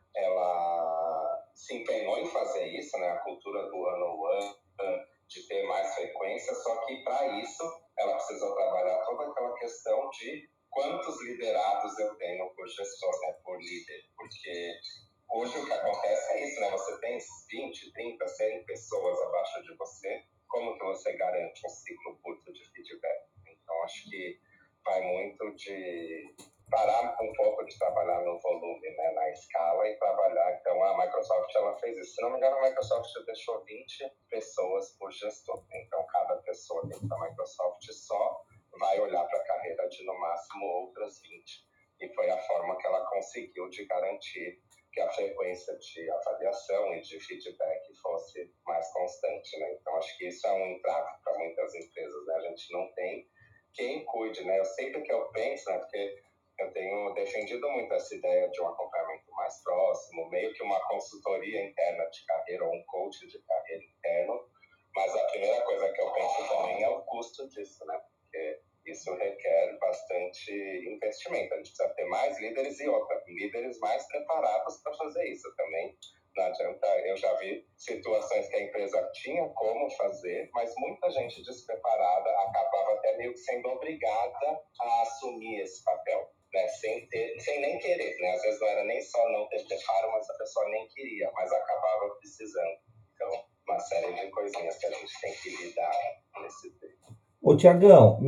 ela se empenhou em fazer isso, né? A cultura do one-on-one, de ter mais frequência, só que para isso ela precisou trabalhar toda aquela questão de quantos liderados eu tenho por gestor, né? Por líder, porque hoje o que acontece é isso, né? Você tem 20, 30, 100 pessoas abaixo de você, como que você garante um ciclo curto de feedback? Então, acho que vai muito de parar um pouco de trabalhar no volume, né, na escala, e trabalhar. Então, a Microsoft, ela fez isso. Se não me engano, a Microsoft deixou 20 pessoas por gestor. Então, cada pessoa dentro da Microsoft só vai olhar para a carreira de, no máximo, outras 20. E foi a forma que ela conseguiu de garantir que a frequência de avaliação e de feedback fosse mais constante, né? Então, acho que isso é um entrave para muitas empresas, né? A gente não tem quem cuide, né? Eu sempre que eu penso, né? Porque eu tenho defendido muito essa ideia de um acompanhamento mais próximo, meio que uma consultoria interna de carreira ou um coach de carreira interno, mas a primeira coisa que eu penso também é o custo disso, né? Porque isso requer bastante investimento. A gente precisa ter mais líderes e líderes mais preparados para fazer isso também. Não adianta, eu já vi situações que a empresa tinha como fazer, mas muita gente despreparada acabava até meio que sendo obrigada a assumir esse papel, né? Sem nem querer, né? Às vezes não era nem só não ter preparo, mas a pessoa nem queria, mas acabava precisando. Então, uma série de coisinhas que a gente tem que lidar nesse tempo. Ô, Tiagão,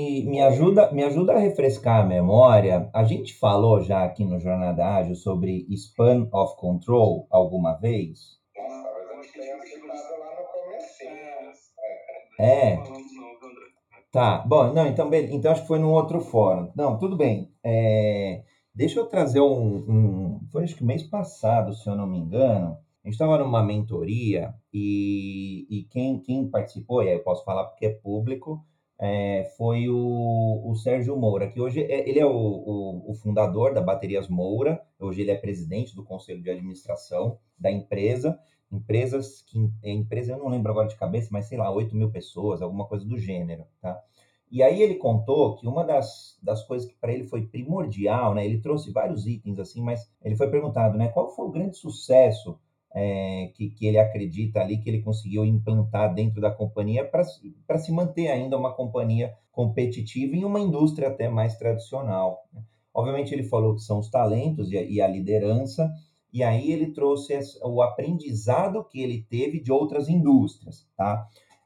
me ajuda a refrescar a memória. A gente falou já aqui no Jornada Ágil sobre Span of Control alguma vez? Nossa, talvez a gente tenha citado lá no comecinho. É. Tá, bom, não, então acho que foi num outro fórum. Não, tudo bem. Deixa eu trazer foi acho que mês passado, se eu não me engano, a gente estava numa mentoria e quem participou, e aí eu posso falar porque é público, foi o Sérgio Moura, que hoje ele é o fundador da Baterias Moura, hoje ele é presidente do conselho de administração da empresa, empresa eu não lembro agora de cabeça, mas sei lá, 8.000 pessoas, alguma coisa do gênero, tá? E aí ele contou que uma das coisas que para ele foi primordial, né? Ele trouxe vários itens assim, mas ele foi perguntado, né? Qual foi o grande sucesso que ele acredita ali que ele conseguiu implantar dentro da companhia para se manter ainda uma companhia competitiva em uma indústria até mais tradicional, né? Obviamente ele falou que são os talentos e a liderança, e aí ele trouxe o aprendizado que ele teve de outras indústrias, tá?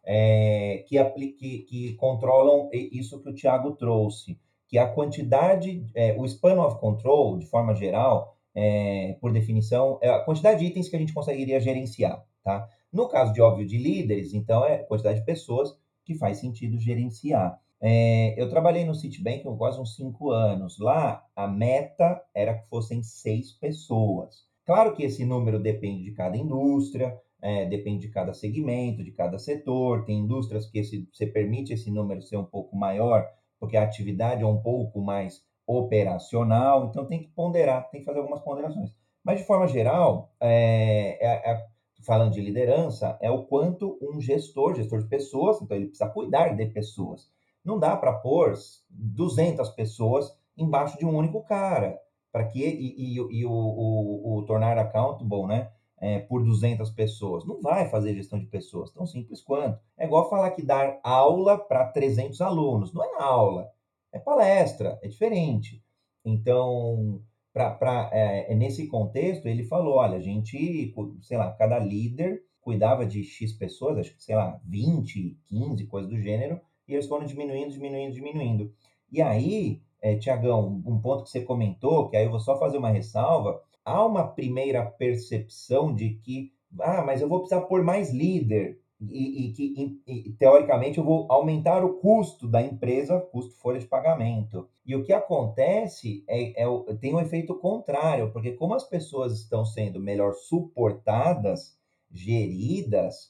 Que controlam isso que o Thiago trouxe, que a quantidade, o span of control, de forma geral, por definição, é a quantidade de itens que a gente conseguiria gerenciar, tá? No caso de, óbvio, de líderes, então é a quantidade de pessoas que faz sentido gerenciar. Eu trabalhei no Citibank há quase uns 5 anos. Lá, a meta era que fossem 6 pessoas. Claro que esse número depende de cada indústria, depende de cada segmento, de cada setor. Tem indústrias que você permite esse número ser um pouco maior, porque a atividade é um pouco mais operacional, então tem que ponderar, tem que fazer algumas ponderações. Mas, de forma geral, falando de liderança, é o quanto um gestor de pessoas, então ele precisa cuidar de pessoas. Não dá para pôr 200 pessoas embaixo de um único cara, para que o tornar accountable, né, por 200 pessoas. Não vai fazer gestão de pessoas, tão simples quanto. É igual falar que dar aula para 300 alunos. Não é aula, é palestra, é diferente. Então, nesse contexto, ele falou, olha, a gente, sei lá, cada líder cuidava de X pessoas, acho que, sei lá, 20, 15, coisa do gênero, e eles foram diminuindo. E aí, Tiagão, um ponto que você comentou, que aí eu vou só fazer uma ressalva, há uma primeira percepção de que, mas eu vou precisar pôr mais líder teoricamente, eu vou aumentar o custo da empresa, custo folha de pagamento. E o que acontece tem um efeito contrário, porque como as pessoas estão sendo melhor suportadas, geridas,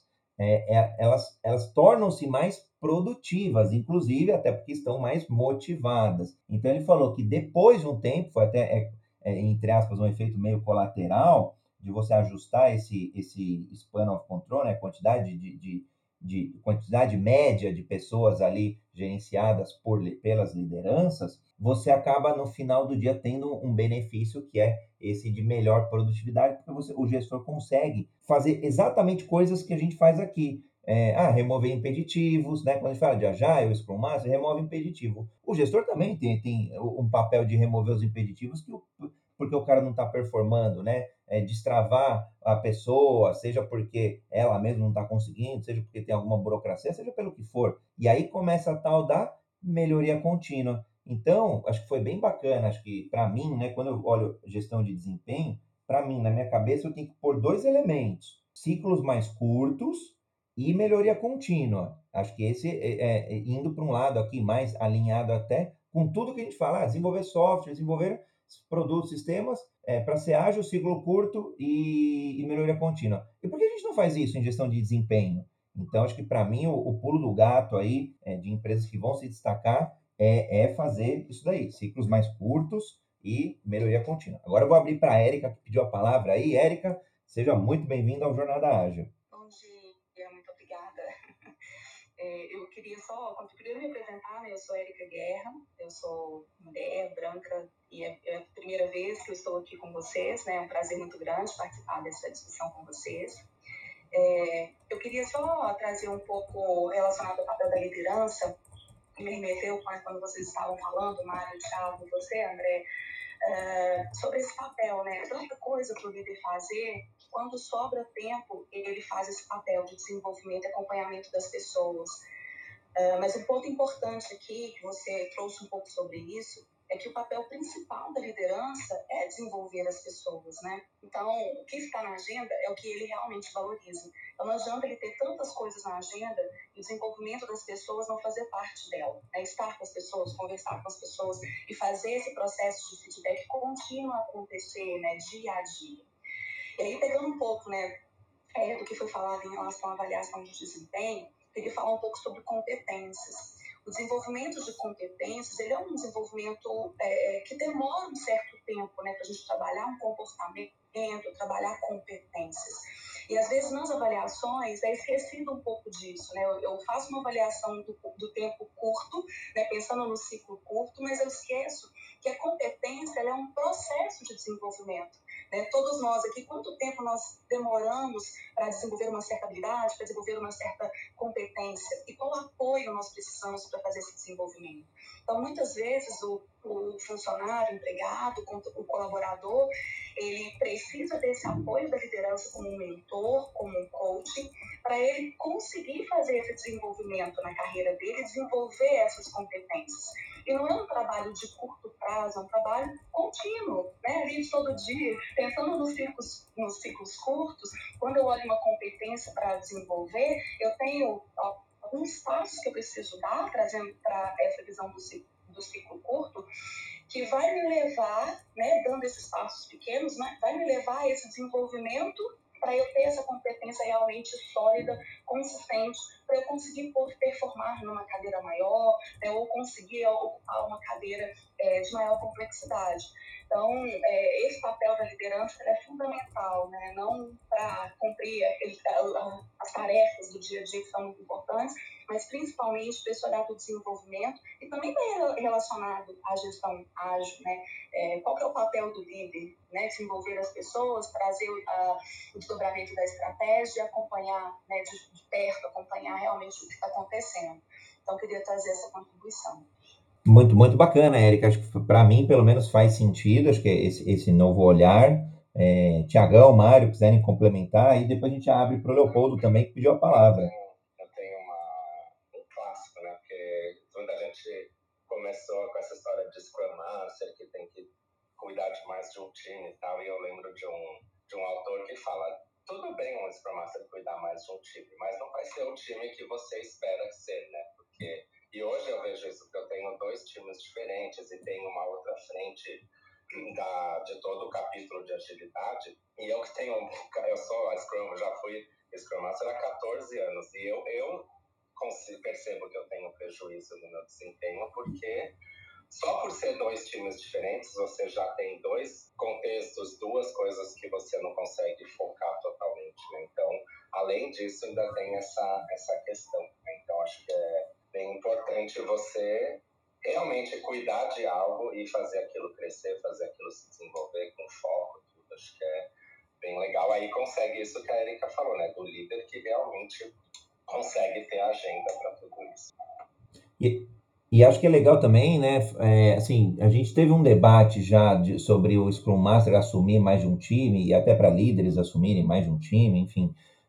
elas tornam-se mais produtivas, inclusive até porque estão mais motivadas. Então, ele falou que depois de um tempo, foi até, entre aspas, um efeito meio colateral, de você ajustar esse span of control, né, quantidade média de pessoas ali gerenciadas pelas lideranças, você acaba no final do dia tendo um benefício que é esse de melhor produtividade, porque o gestor consegue fazer exatamente coisas que a gente faz aqui. Remover impeditivos, né? Quando a gente fala de Agile, Scrum Master, remove impeditivo. O gestor também tem um papel de remover os impeditivos porque o cara não está performando, né? Destravar a pessoa, seja porque ela mesma não está conseguindo, seja porque tem alguma burocracia, seja pelo que for. E aí começa a tal da melhoria contínua. Então, acho que foi bem bacana, acho que para mim, né, quando eu olho gestão de desempenho, para mim, na minha cabeça, eu tenho que pôr dois elementos: ciclos mais curtos e melhoria contínua. Acho que esse indo para um lado aqui mais alinhado até com tudo que a gente fala, desenvolver software, desenvolver produtos, sistemas, para ser ágil, ciclo curto e melhoria contínua. E por que a gente não faz isso em gestão de desempenho? Então, acho que para mim o pulo do gato aí de empresas que vão se destacar é fazer isso daí, ciclos mais curtos e melhoria contínua. Agora eu vou abrir para a Érica, que pediu a palavra aí. Érica, seja muito bem-vinda ao Jornada Ágil. Bom dia, muito obrigada. Eu queria só, primeiro me apresentar, né? Eu sou Érica Guerra, eu sou mulher, branca, e é a primeira vez que eu estou aqui com vocês, né? É um prazer muito grande participar dessa discussão com vocês. Eu queria só trazer um pouco relacionado ao papel da liderança, que me remeteu quando vocês estavam falando, Mário, Thiago, você, André, sobre esse papel, né? Tanta coisa para o líder fazer, que quando sobra tempo, ele faz esse papel de desenvolvimento e acompanhamento das pessoas. Mas um ponto importante aqui, que você trouxe um pouco sobre isso, é que o papel principal da liderança é desenvolver as pessoas, né? Então, o que está na agenda é o que ele realmente valoriza. Então, não adianta ele ter tantas coisas na agenda e o desenvolvimento das pessoas não fazer parte dela, né? Estar com as pessoas, conversar com as pessoas e fazer esse processo de feedback contínuo acontecer, né, dia a dia. E aí, pegando um pouco, né, do que foi falado em relação à avaliação de desempenho, queria falar um pouco sobre competências. O desenvolvimento de competências, ele é um desenvolvimento que demora um certo tempo, né, para a gente trabalhar um comportamento, trabalhar competências. E às vezes nas avaliações é esquecido um pouco disso, né? Eu faço uma avaliação do tempo curto, né, pensando no ciclo curto, mas eu esqueço que a competência ela é um processo de desenvolvimento. Né? Todos nós aqui, quanto tempo nós demoramos para desenvolver uma certa habilidade, para desenvolver uma certa competência? E qual apoio nós precisamos para fazer esse desenvolvimento? Então, muitas vezes, o funcionário, o empregado, o colaborador, ele precisa desse apoio da liderança como um mentor, como um coach, para ele conseguir fazer esse desenvolvimento na carreira dele, desenvolver essas competências. E não é um trabalho de curto prazo, é um trabalho contínuo, né? Ali todo dia, pensando nos ciclos curtos, quando eu olho uma competência para desenvolver, eu tenho alguns passos que eu preciso dar, trazendo para essa visão do ciclo curto, que vai me levar, né, dando esses passos pequenos, né, vai me levar a esse desenvolvimento para eu ter essa competência realmente sólida, consistente, para eu conseguir performar numa cadeira maior, né, ou conseguir ocupar uma cadeira de maior complexidade. Então, esse papel da liderança é fundamental, né? Não para cumprir as tarefas do dia a dia que são muito importantes, mas principalmente para esse olhar do desenvolvimento e também relacionado à gestão ágil, né? Qual que é o papel do líder? Né? Desenvolver as pessoas, trazer o desdobramento da estratégia, acompanhar, né, de perto, acompanhar realmente o que está acontecendo. Então, eu queria trazer essa contribuição. Muito, muito bacana, Érica. Acho que para mim, pelo menos, faz sentido. Acho que é esse novo olhar. Tiagão, Mário, quiserem complementar, e depois a gente abre para o Leopoldo também, que pediu a palavra. Eu tenho um clássico, né? Porque quando a gente começou com essa história de Scrum Master, que tem que cuidar mais de um time e tal, e eu lembro de um autor que fala: tudo bem um Scrum Master cuidar mais de um time, mas não vai ser o time que você espera ser, né? E hoje eu vejo isso, porque eu tenho 2 times diferentes e tenho uma outra frente de todo o capítulo de agilidade, e eu sou a Scrum, eu já fui Scrum Master há 14 anos, e eu percebo que eu tenho prejuízo no meu desempenho, porque só por ser 2 times diferentes, você já tem 2 contextos, 2 coisas que você não consegue focar totalmente, né? Então, além disso, ainda tem essa questão, né? Então, acho que é bem importante você realmente cuidar de algo e fazer aquilo crescer, fazer aquilo se desenvolver com foco, tudo. Acho que é bem legal. Aí consegue isso que a Erika falou, né? Do líder que realmente consegue ter agenda para tudo isso. E acho que é legal também, né? Assim, a gente teve um debate já sobre o Scrum Master assumir mais de um time, e até para líderes assumirem mais de um time, enfim.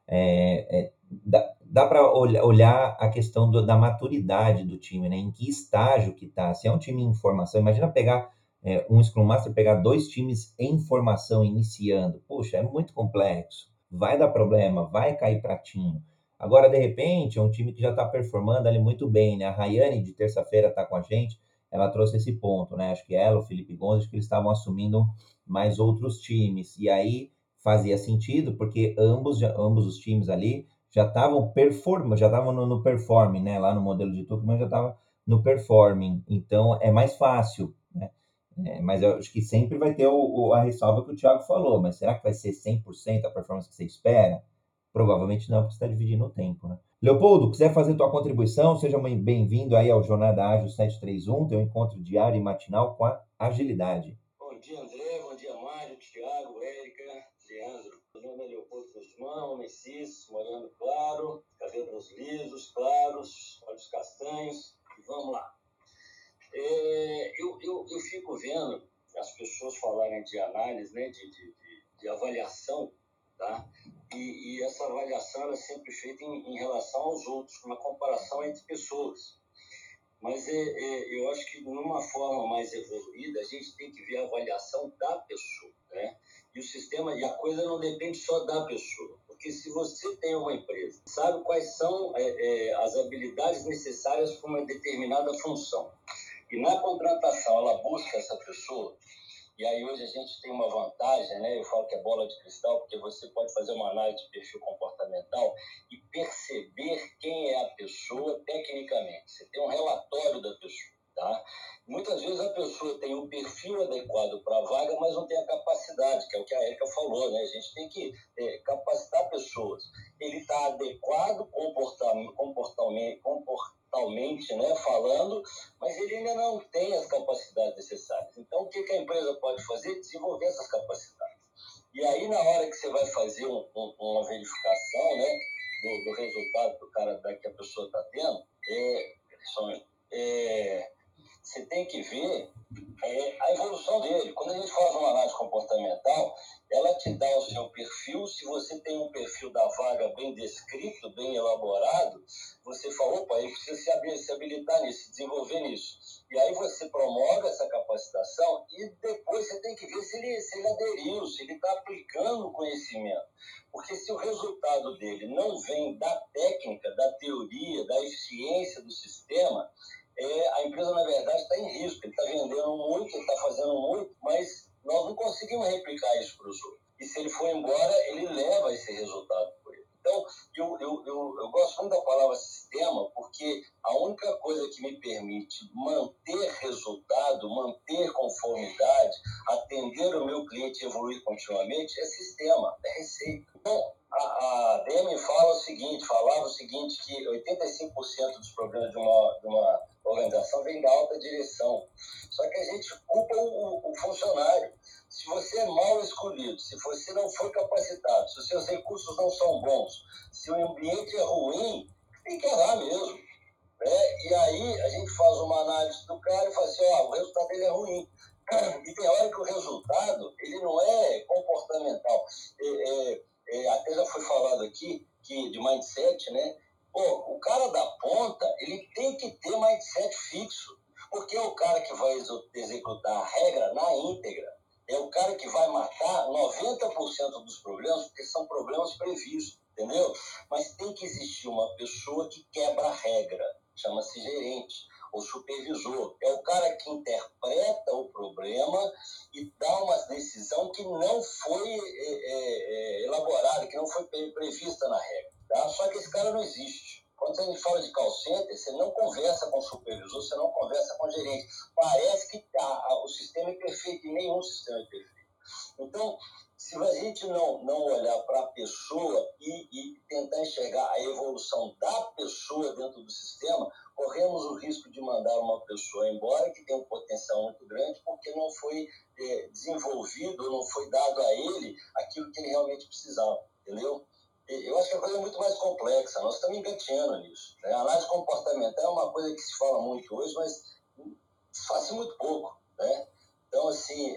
Dá para olhar a questão da maturidade do time, né? Em que estágio que está. Se é um time em formação, imagina pegar um Scrum Master, pegar 2 times em formação iniciando. Poxa, é muito complexo. Vai dar problema, vai cair pratinho. Agora, de repente, é um time que já está performando ali muito bem, né? A Rayane, de terça-feira, está com a gente, ela trouxe esse ponto, né? Acho que ela, o Felipe Gonzalez, acho que eles estavam assumindo mais outros times. E aí fazia sentido, porque ambos os times ali já estavam no performing, né? Lá no modelo de Tuchman já estava no performing. Então, é mais fácil, né? Mas eu acho que sempre vai ter a ressalva que o Thiago falou. Mas será que vai ser 100% a performance que você espera? Provavelmente não, porque você está dividindo o tempo, né? Leopoldo, quiser fazer tua contribuição, seja bem-vindo aí ao Jornada Ágil 731, teu encontro diário e matinal com a agilidade. Bom dia, André. Bom dia, Mário, Thiago, Érica, Leandro. Meu nome é Leopoldo Guzmão, homem cis, moreno claro, cabelos lisos, claros, olhos castanhos. E vamos lá. Eu fico vendo as pessoas falarem de análise, né, de avaliação, tá? E essa avaliação ela é sempre feita em relação aos outros, uma comparação entre pessoas. Mas eu acho que numa forma mais evoluída, a gente tem que ver a avaliação da pessoa, né? E o sistema, e a coisa não depende só da pessoa. Porque se você tem uma empresa, sabe quais são as habilidades necessárias para uma determinada função, e na contratação ela busca essa pessoa, e aí hoje a gente tem uma vantagem, né? Eu falo que é bola de cristal, porque você pode fazer uma análise de perfil comportamental e perceber quem é a pessoa tecnicamente. Você tem um relatório da pessoa, tá? Muitas vezes a pessoa tem um perfil adequado para a vaga, mas não tem a capacidade, que é o que a Erika falou, né? A gente tem que capacitar pessoas. Ele está adequado comportamentalmente, né, falando, mas ele ainda não tem as capacidades necessárias. Então, o que a empresa pode fazer? Desenvolver essas capacidades. E aí, na hora que você vai fazer uma verificação, né, do resultado do cara que a pessoa está tendo, você tem que ver a evolução dele. Quando a gente faz uma análise comportamental, ela te dá o seu perfil. Se você tem um perfil da vaga bem descrito, bem elaborado, você fala, opa, ele precisa se habilitar nisso, se desenvolver nisso. E aí você promove essa capacitação e depois você tem que ver se ele aderiu, se ele está aplicando o conhecimento. Porque se o resultado dele não vem da técnica, da teoria, da eficiência do sistema, a empresa, na verdade, está em risco. Ele está vendendo muito, ele está fazendo muito, mas nós não conseguimos replicar isso para os outros. E se ele for embora, ele leva esse resultado por ele. Então, eu gosto muito da palavra sistema, porque a única coisa que me permite manter resultado, manter conformidade, atender o meu cliente e evoluir continuamente, é sistema, é receita. Então, a Demi falava o seguinte, que 85% dos problemas de uma organização vem da alta direção. Só que a gente culpa o funcionário. Se você é mal escolhido, se você não foi capacitado, se os seus recursos não são bons, se o ambiente é ruim, tem que errar mesmo. Né? E aí a gente faz uma análise do cara e fala assim, o resultado dele é ruim. E tem hora que o resultado ele não é comportamental. Até já foi falado aqui de mindset, né? O cara da ponta, ele tem que ter mindset fixo, porque é o cara que vai executar a regra na íntegra, é o cara que vai matar 90% 100% dos problemas, porque são problemas previstos, entendeu? Mas tem que existir uma pessoa que quebra a regra, chama-se gerente ou supervisor. É o cara que interpreta o problema e dá uma decisão que não foi elaborada, que não foi prevista na regra. Tá? Só que esse cara não existe. Quando a gente fala de call center, você não conversa com o supervisor, você não conversa com o gerente. Parece que o sistema é perfeito e nenhum sistema é perfeito. Então, se a gente não olhar para a pessoa e tentar enxergar a evolução da pessoa dentro do sistema, corremos o risco de mandar uma pessoa embora que tem um potencial muito grande porque não foi desenvolvido, não foi dado a ele aquilo que ele realmente precisava, entendeu? Eu acho que a coisa é muito mais complexa, nós estamos engatinhando nisso. Né? A análise comportamental é uma coisa que se fala muito hoje, mas faz muito pouco, né? Então, assim,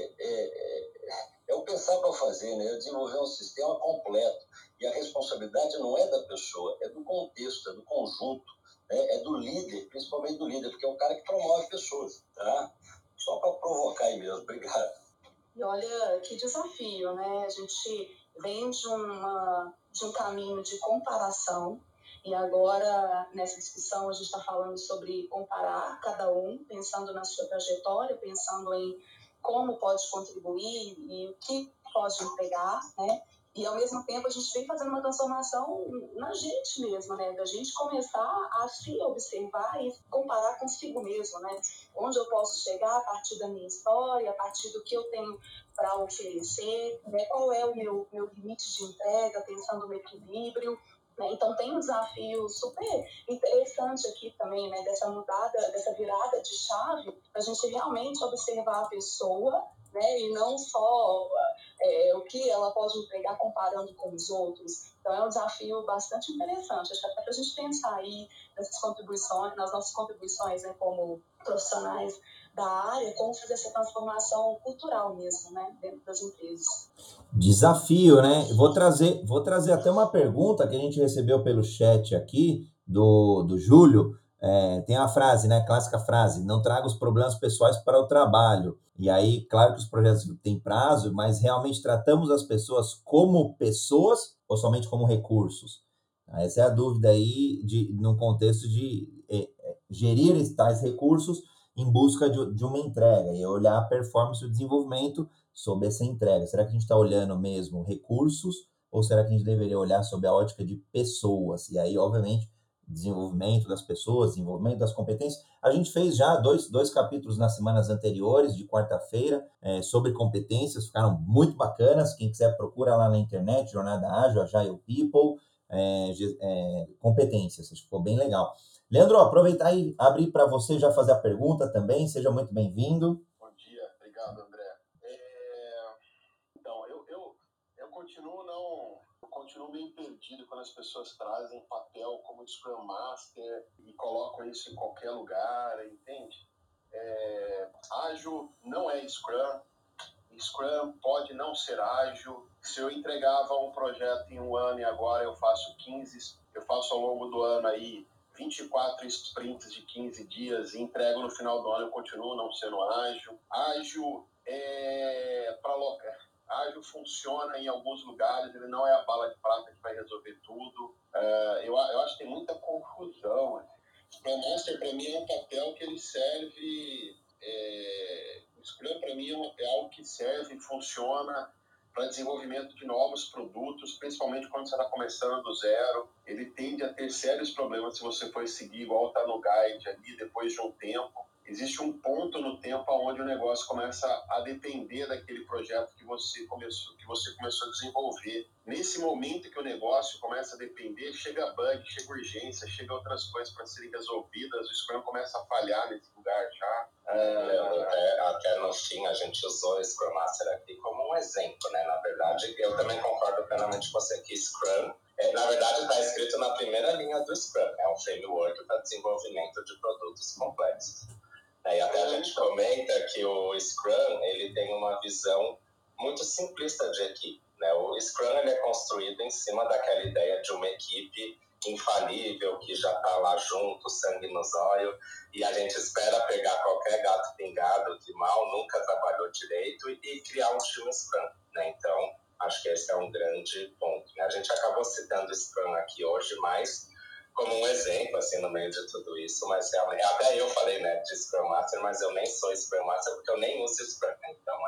é o pensar para fazer, né? É desenvolver um sistema completo. E a responsabilidade não é da pessoa, é do contexto, é do conjunto, né? É do líder, principalmente do líder, porque é um cara que promove pessoas, tá? Só para provocar aí mesmo. Obrigado. E olha que desafio, né? A gente vem de um caminho de comparação e agora, nessa discussão, a gente está falando sobre comparar cada um, pensando na sua trajetória, pensando em como pode contribuir e o que pode entregar, né? E, ao mesmo tempo, a gente vem fazendo uma transformação na gente mesmo, né? Da gente começar a se observar e comparar consigo mesmo, né? Onde eu posso chegar a partir da minha história, a partir do que eu tenho para oferecer, né? Qual é o meu limite de entrega, pensando no equilíbrio. Né? Então, tem um desafio super interessante aqui também, né? Dessa virada de chave, a gente realmente observar a pessoa, né? E não só o que ela pode entregar comparando com os outros. Então, é um desafio bastante interessante. Acho que até para a gente pensar aí nessas contribuições, nas nossas contribuições, né, como profissionais da área, como fazer essa transformação cultural mesmo, né, dentro das empresas. Desafio, né? Vou trazer até uma pergunta que a gente recebeu pelo chat aqui, do Júlio. Tem a frase, né? Clássica frase: não traga os problemas pessoais para o trabalho. E aí, claro que os projetos têm prazo, mas realmente tratamos as pessoas como pessoas ou somente como recursos? Essa é a dúvida aí, num contexto de gerir tais recursos em busca de uma entrega e olhar a performance e o desenvolvimento sobre essa entrega. Será que a gente está olhando mesmo recursos ou será que a gente deveria olhar sob a ótica de pessoas? E aí, obviamente, desenvolvimento das pessoas, desenvolvimento das competências. A gente fez já dois capítulos nas semanas anteriores, de quarta-feira, sobre competências, ficaram muito bacanas. Quem quiser, procura lá na internet, Jornada Ágil, Agile People, competências, acho que ficou bem legal. Leandro, aproveitar e abrir para você já fazer a pergunta também, seja muito bem-vindo. Bom dia, obrigado, André. Então, eu continuo meio perdido quando as pessoas trazem papel como Scrum Master e colocam isso em qualquer lugar, entende? Ágil não é Scrum, Scrum pode não ser ágil. Se eu entregava um projeto em um ano e agora eu faço ao longo do ano aí 24 sprints de 15 dias e entrego no final do ano, eu continuo não sendo ágil. Ágil ágil funciona em alguns lugares, ele não é a bala de prata que vai resolver tudo. Eu acho que tem muita confusão. Scrum Master, para mim, é um papel que ele serve... O Scrum, para mim, é algo que serve e funciona para desenvolvimento de novos produtos, principalmente quando você está começando do zero. Ele tende a ter sérios problemas se você for seguir igual está no guide ali, depois de um tempo. Existe um ponto no tempo onde o negócio começa a depender daquele projeto que você começou a desenvolver. Nesse momento que o negócio começa a depender, chega bug, chega urgência, chega outras coisas para serem resolvidas, o Scrum começa a falhar nesse lugar já. Até no fim, a gente usou o Scrum Master aqui como um exemplo, né? Na verdade, eu também concordo plenamente com você que Scrum, na verdade, está escrito na primeira linha do Scrum, é um framework para desenvolvimento de produtos complexos. E até a gente comenta que o Scrum ele tem uma visão muito simplista de equipe. Né? O Scrum ele é construído em cima daquela ideia de uma equipe infalível, que já está lá junto, sangue nos olhos, e a gente espera pegar qualquer gato pingado que mal nunca trabalhou direito e criar um time Scrum. Né? Então, Acho que esse é um grande ponto, né? A gente acabou citando o Scrum aqui hoje, mais como um exemplo, assim, no meio de tudo isso, mas realmente, até eu falei, né, de Scrum Master, mas eu nem sou Scrum Master porque eu nem uso Scrum, então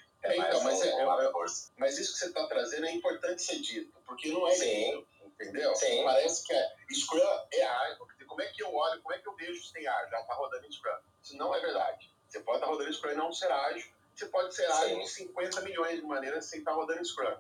mas isso que você está trazendo é importante ser dito, porque não é Sim. entendeu? Sim. Parece que Scrum é ágil. Como é que eu olho, como é que eu vejo se tem ágil? Já está rodando Scrum. Isso não é verdade. Você pode estar rodando Scrum e não ser ágil. Você pode ser ágil de 50 milhões de maneiras sem estar rodando Scrum.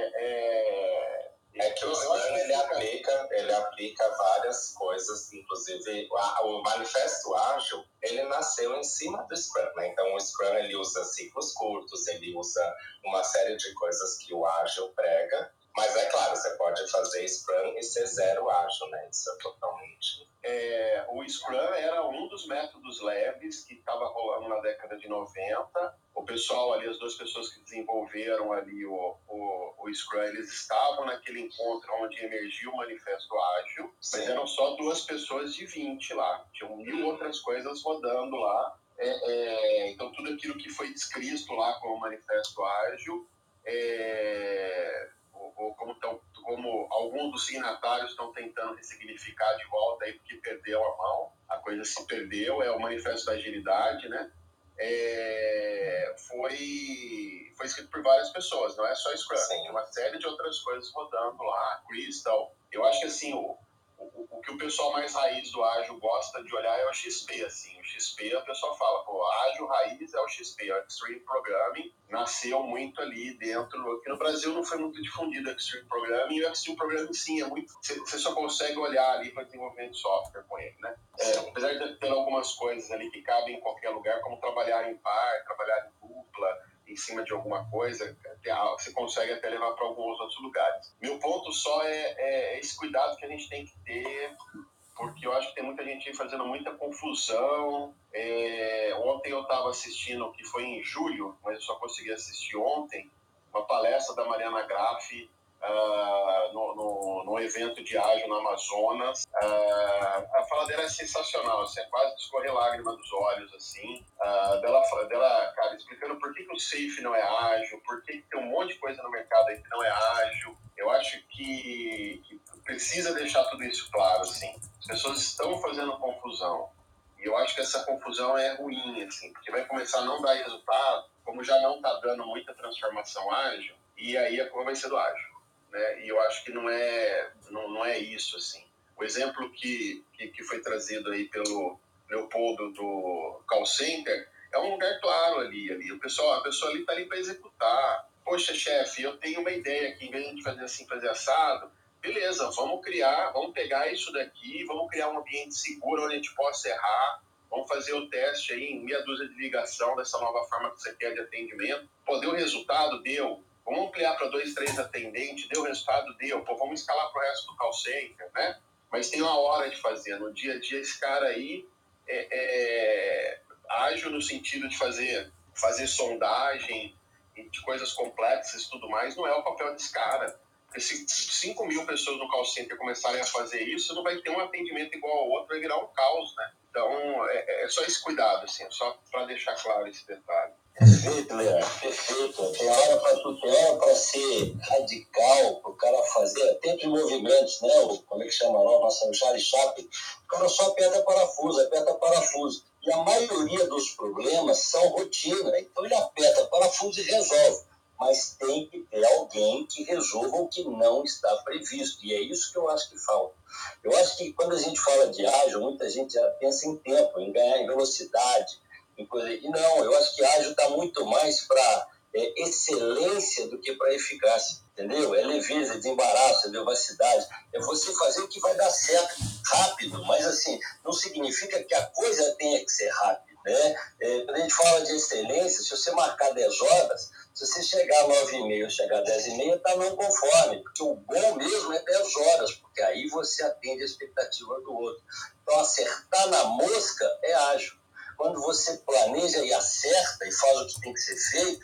É que o Scrum ele aplica várias coisas, inclusive o Manifesto Ágil, ele nasceu em cima do Scrum, né? Então o Scrum ele usa ciclos curtos, ele usa uma série de coisas que o Ágil prega, mas é claro, você pode fazer Scrum e ser zero ágil, né? Isso é totalmente... O Scrum era um dos métodos leves que estava rolando na década de 90. O pessoal ali, as duas pessoas que desenvolveram ali o Scrum, eles estavam naquele encontro onde emergiu o Manifesto Ágil, Sim. mas eram só 2 pessoas de 20 lá. Tinham 1000 outras coisas rodando lá. Então, tudo aquilo que foi descrito lá como Manifesto Ágil, como alguns dos signatários estão tentando ressignificar de volta aí porque perdeu a mão, a coisa se perdeu, é o Manifesto da Agilidade, né? Foi escrito por várias pessoas, não é só Scrum, tem uma série de outras coisas rodando lá, Crystal. Eu acho que assim, o que o pessoal mais raiz do ágil gosta de olhar é o XP, assim. O XP, a pessoa fala, ágil raiz é o XP, o Extreme Programming nasceu muito ali dentro. Aqui no Brasil não foi muito difundido o Extreme Programming, e o Extreme Programming sim, é muito... Você só consegue olhar ali para desenvolvimento de software com ele, né? Apesar de ter algumas coisas ali que cabem em qualquer lugar, como trabalhar em par, trabalhar em dupla, em cima de alguma coisa, você consegue até levar para alguns outros lugares. Meu ponto só é esse cuidado que a gente tem que ter, porque eu acho que tem muita gente aí fazendo muita confusão. Ontem eu estava assistindo, que foi em julho, mas eu só consegui assistir ontem, uma palestra da Mariana Graffi no evento de ágil no Amazonas. A fala dela é sensacional, assim, é quase de escorrer lágrima dos olhos, assim, dela, cara, explicando por que o Safe não é ágil, por que tem um monte de coisa no mercado aí que não é ágil. Eu acho que precisa deixar tudo isso claro, assim. As pessoas estão fazendo confusão, e eu acho que essa confusão é ruim, assim, porque vai começar a não dar resultado, como já não está dando muita transformação ágil, e aí a curva vai ser do ágil, né? E eu acho que não é isso, assim. O exemplo que foi trazido aí pelo Leopoldo do call center é um lugar claro ali. A pessoa ali está ali para executar. Poxa, chefe, eu tenho uma ideia aqui, em vez de fazer assim, fazer assado, beleza, vamos pegar isso daqui, vamos criar um ambiente seguro onde a gente possa errar, vamos fazer o teste aí em meia dúzia de ligação dessa nova forma que você quer de atendimento. Deu resultado? Deu. Vamos ampliar para 2, 3 atendentes, deu resultado? Deu. Vamos escalar para o resto do call center, né? Mas tem uma hora de fazer. No dia a dia, esse cara aí é ágil no sentido de fazer sondagem de coisas complexas e tudo mais, não é o papel desse cara. Porque se 5.000 pessoas no call center começarem a fazer isso, não vai ter um atendimento igual ao outro, vai virar um caos, né? Então, é só esse cuidado, assim, só para deixar claro esse detalhe. Perfeito, Leandro, perfeito. Tem hora para tudo, tem hora para ser radical, para o cara fazer até de movimentos, né? Como é que chama lá? Nossa, o Charlie Chaplin. O cara só aperta parafuso. E a maioria dos problemas são rotina. Então ele aperta parafuso e resolve. Mas tem que ter alguém que resolva o que não está previsto. E é isso que eu acho que falta. Eu acho que quando a gente fala de ágil, muita gente já pensa em tempo, em ganhar em velocidade. E não, eu acho que ágil está muito mais para excelência do que para eficácia, entendeu? É leveza, é desembaraço, é vivacidade, é você fazer o que vai dar certo rápido, mas assim, não significa que a coisa tenha que ser rápida, né? Quando a gente fala de excelência, se você marcar 10 horas, se você chegar às 9h30 ou chegar às 10h30, está não conforme, porque o bom mesmo é 10 horas, porque aí você atende a expectativa do outro. Então, acertar na mosca é ágil. Quando você planeja e acerta e faz o que tem que ser feito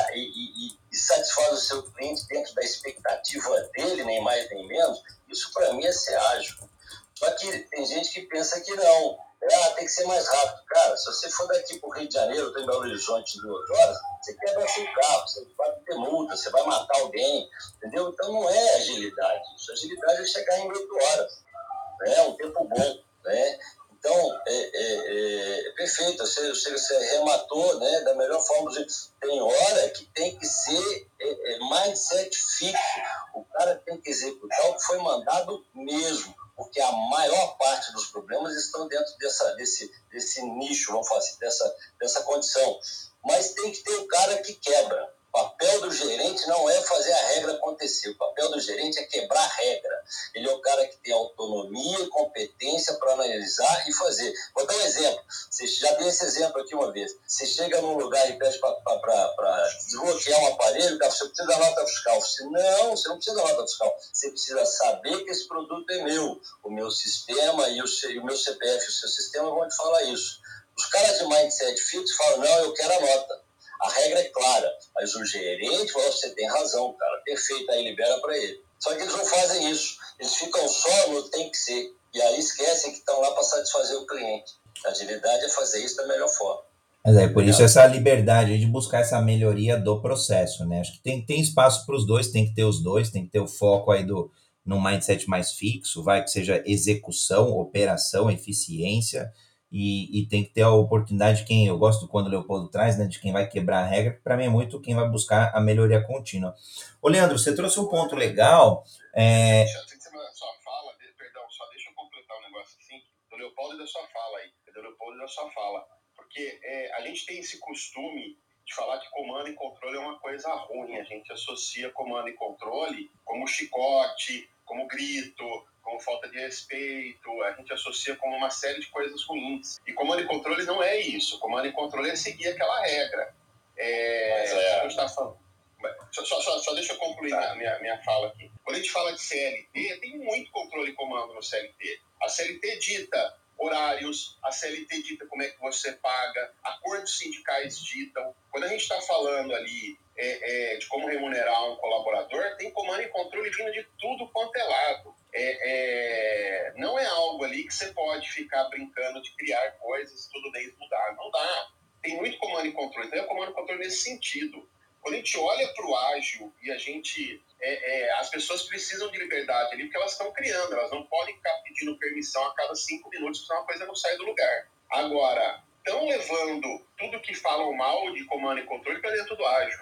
e satisfaz o seu cliente dentro da expectativa dele, nem mais nem menos, isso para mim é ser ágil. Só que tem gente que pensa que não. Tem que ser mais rápido. Cara, se você for daqui para o Rio de Janeiro, tem Belo Horizonte em 2 horas, você quebra seu carro, você vai ter multa, você vai matar alguém, entendeu? Então não é agilidade. Isso, agilidade é chegar em 8 horas, né? Um tempo bom, né? Então, é perfeito, você rematou, né, da melhor forma. Tem hora que tem que ser mindset fixo. O cara tem que executar o que foi mandado mesmo, porque a maior parte dos problemas estão dentro desse nicho, vamos falar assim, dessa condição. Mas tem que ter o cara que quebra. O papel do gerente não é fazer a regra acontecer, o papel do gerente é quebrar a regra. Ele é o cara que tem autonomia e competência para analisar e fazer. Vou dar um exemplo. Você já deu esse exemplo aqui uma vez. Você chega num lugar e pede para desbloquear um aparelho, você precisa da nota fiscal. Você não precisa da nota fiscal. Você precisa saber que esse produto é meu. O meu sistema e o meu CPF e o seu sistema vão te falar isso. Os caras de mindset fixo falam, não, eu quero a nota. A regra é clara, mas o gerente fala, você tem razão, cara, perfeito, aí libera para ele. Só que eles não fazem isso, eles ficam só no tem que ser, e aí esquecem que estão lá para satisfazer o cliente. A agilidade é fazer isso da melhor forma. Mas por isso essa liberdade de buscar essa melhoria do processo, né? Acho que tem espaço para os dois, tem que ter os dois, tem que ter o foco aí num mindset mais fixo, que seja execução, operação, eficiência, e tem que ter a oportunidade de eu gosto quando o Leopoldo traz, né, de quem vai quebrar a regra, que para mim é muito quem vai buscar a melhoria contínua. Ô, Leandro, você trouxe um ponto legal. Sua fala, perdão, só deixa eu completar um negócio assim, do Leopoldo e da sua fala aí, porque a gente tem esse costume de falar que comando e controle é uma coisa ruim, a gente associa comando e controle como chicote, como grito, como falta de respeito, a gente associa como uma série de coisas ruins. E comando e controle não é isso, comando e controle é seguir aquela regra. A gente tá falando. Só deixa eu concluir minha fala aqui. Quando a gente fala de CLT, tem muito controle e comando no CLT. A CLT dita horários, a CLT dita como é que você paga, acordos sindicais ditam. Quando a gente está falando ali de como remunerar um colaborador, tem comando e controle vindo de tudo quanto é lado. Não é algo ali que você pode ficar brincando de criar coisas e todo mês mudar. Não dá. Tem muito comando e controle. Então é comando e controle nesse sentido. Quando a gente olha para o ágil e a gente... as pessoas precisam de liberdade ali porque elas estão criando, elas não podem ficar pedindo permissão a cada 5 minutos para uma coisa não sair do lugar. Agora, estão levando tudo que falam mal de comando e controle para dentro do ágil.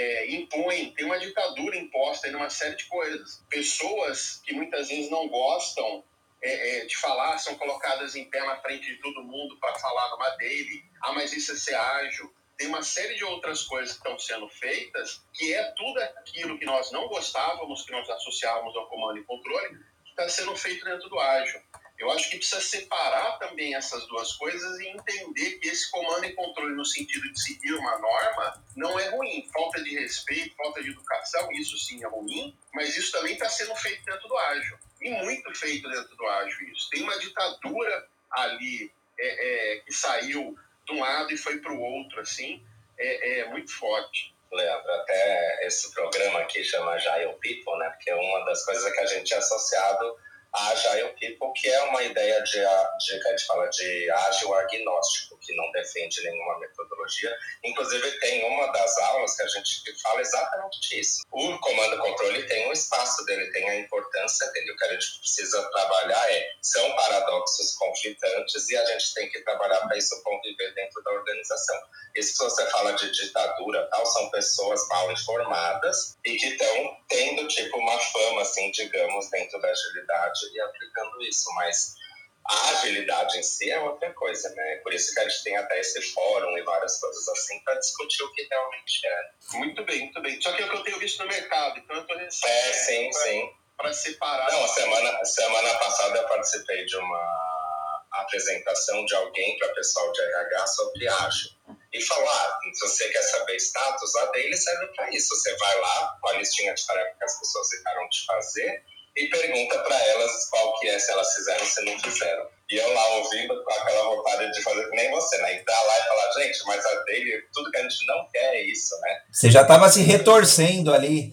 Impõem, tem uma ditadura imposta em uma série de coisas. Pessoas que muitas vezes não gostam de falar, são colocadas em pé na frente de todo mundo para falar numa daily. Mas isso é ser ágil. Tem uma série de outras coisas que estão sendo feitas, que é tudo aquilo que nós não gostávamos, que nós associávamos ao comando e controle, que está sendo feito dentro do ágil. Eu acho que precisa separar também essas duas coisas e entender que esse comando e controle, no sentido de seguir uma norma, não é ruim. Falta de respeito, falta de educação, isso sim é ruim, mas isso também está sendo feito dentro do ágil. E muito feito dentro do ágil isso. Tem uma ditadura ali que saiu de um lado e foi para o outro, assim, muito forte. Leandro, até esse programa aqui chama Agile People, né? Porque é uma das coisas que a gente é associado a Agile People, que é uma ideia que a gente fala de ágil agnóstico, que não defende nenhuma metodologia. Inclusive, tem uma das aulas que a gente fala exatamente isso. O comando controle tem um espaço dele, tem a importância dele. O que a gente precisa trabalhar são paradoxos conflitantes e a gente tem que trabalhar para isso conviver dentro da organização. Isso que você fala de ditadura, tal, são pessoas mal informadas e que estão tendo tipo uma fama, assim, digamos, dentro da agilidade e aplicando isso, mas a agilidade em si é outra coisa, né? Por isso que a gente tem até esse fórum e várias coisas assim para discutir o que realmente é. Muito bem, muito bem. Só que é o que eu tenho visto no mercado, então eu estou sim. Para separar. Não, semana passada eu participei de uma apresentação de alguém para pessoal de RH sobre ágil. E falar, se você quer saber status, a daily serve para isso. Você vai lá com a listinha de tarefas que as pessoas ficaram de fazer e pergunta para elas qual que é, se elas fizeram, se não fizeram. E eu lá ouvindo com aquela vontade de fazer que nem você, né? Entrar lá e falar, gente, mas a daily, tudo que a gente não quer é isso, né? Você já estava se retorcendo ali.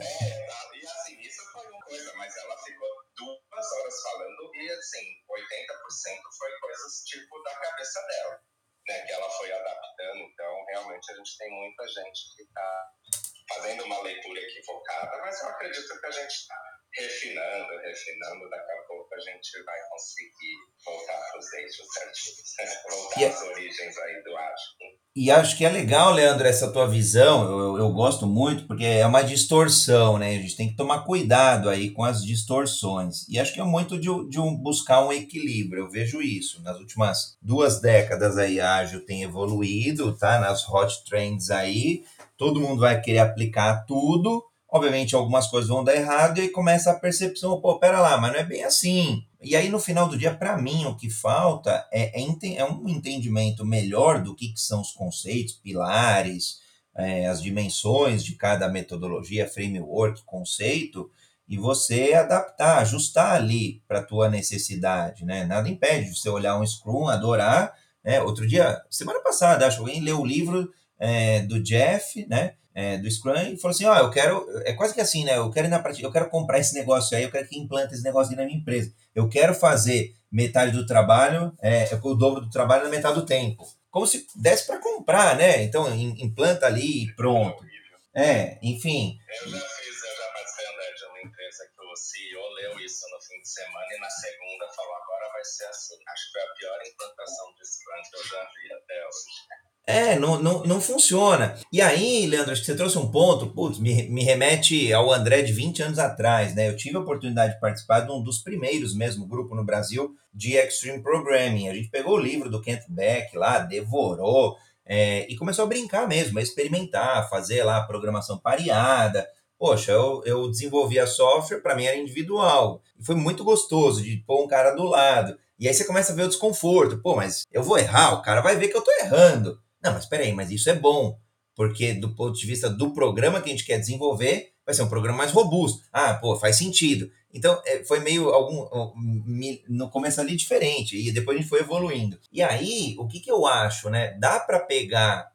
E assim, isso foi uma coisa, mas ela ficou 2 horas falando e assim, 80% foi coisas tipo da cabeça muita gente que está fazendo uma leitura equivocada, mas eu acredito que a gente está refinando, daqui a pouco a gente vai conseguir voltar para os eixos certinhos, voltar às origens aí do ágil. E acho que é legal, Leandro, essa tua visão, eu gosto muito, porque é uma distorção, né? A gente tem que tomar cuidado aí com as distorções. E acho que é muito de buscar um equilíbrio, eu vejo isso. Nas últimas 2 décadas aí a ágil tem evoluído, tá? Nas hot trends aí, todo mundo vai querer aplicar tudo. Obviamente algumas coisas vão dar errado e aí começa a percepção, pô, pera lá, mas não é bem assim. E aí no final do dia, para mim, o que falta é um entendimento melhor do que são os conceitos, pilares, as dimensões de cada metodologia, framework, conceito, e você adaptar, ajustar ali para a tua necessidade, né? Nada impede de você olhar um Scrum, adorar, né? Outro dia, semana passada, acho que alguém leu o livro do Jeff, né? Do Scrum e falou assim, eu quero, é quase que assim, né? Eu quero ir na prática, eu quero comprar esse negócio aí, eu quero que implante esse negócio aqui na minha empresa. Eu quero fazer metade do trabalho, o dobro do trabalho na metade do tempo. Como se desse para comprar, né? Então, implanta ali e pronto. Enfim. Eu já participei, André, de uma empresa que o CEO leu isso no fim de semana e na segunda falou, agora vai ser assim. Acho que foi a pior implantação de Scrum que eu já vi até hoje. Não funciona. E aí, Leandro, acho que você trouxe um ponto, putz, me remete ao André de 20 anos atrás, né? Eu tive a oportunidade de participar de um dos primeiros mesmo grupo no Brasil de Extreme Programming. A gente pegou o livro do Kent Beck lá, devorou, e começou a brincar mesmo, a experimentar, fazer lá programação pareada. Poxa, eu desenvolvia software, para mim era individual. E foi muito gostoso de pôr um cara do lado. E aí você começa a ver o desconforto. Pô, mas eu vou errar, o cara vai ver que eu tô errando. Não, mas peraí, mas isso é bom, porque do ponto de vista do programa que a gente quer desenvolver, vai ser um programa mais robusto. Faz sentido. Então, foi meio no começo ali diferente, e depois a gente foi evoluindo. E aí, o que eu acho, né? Dá para pegar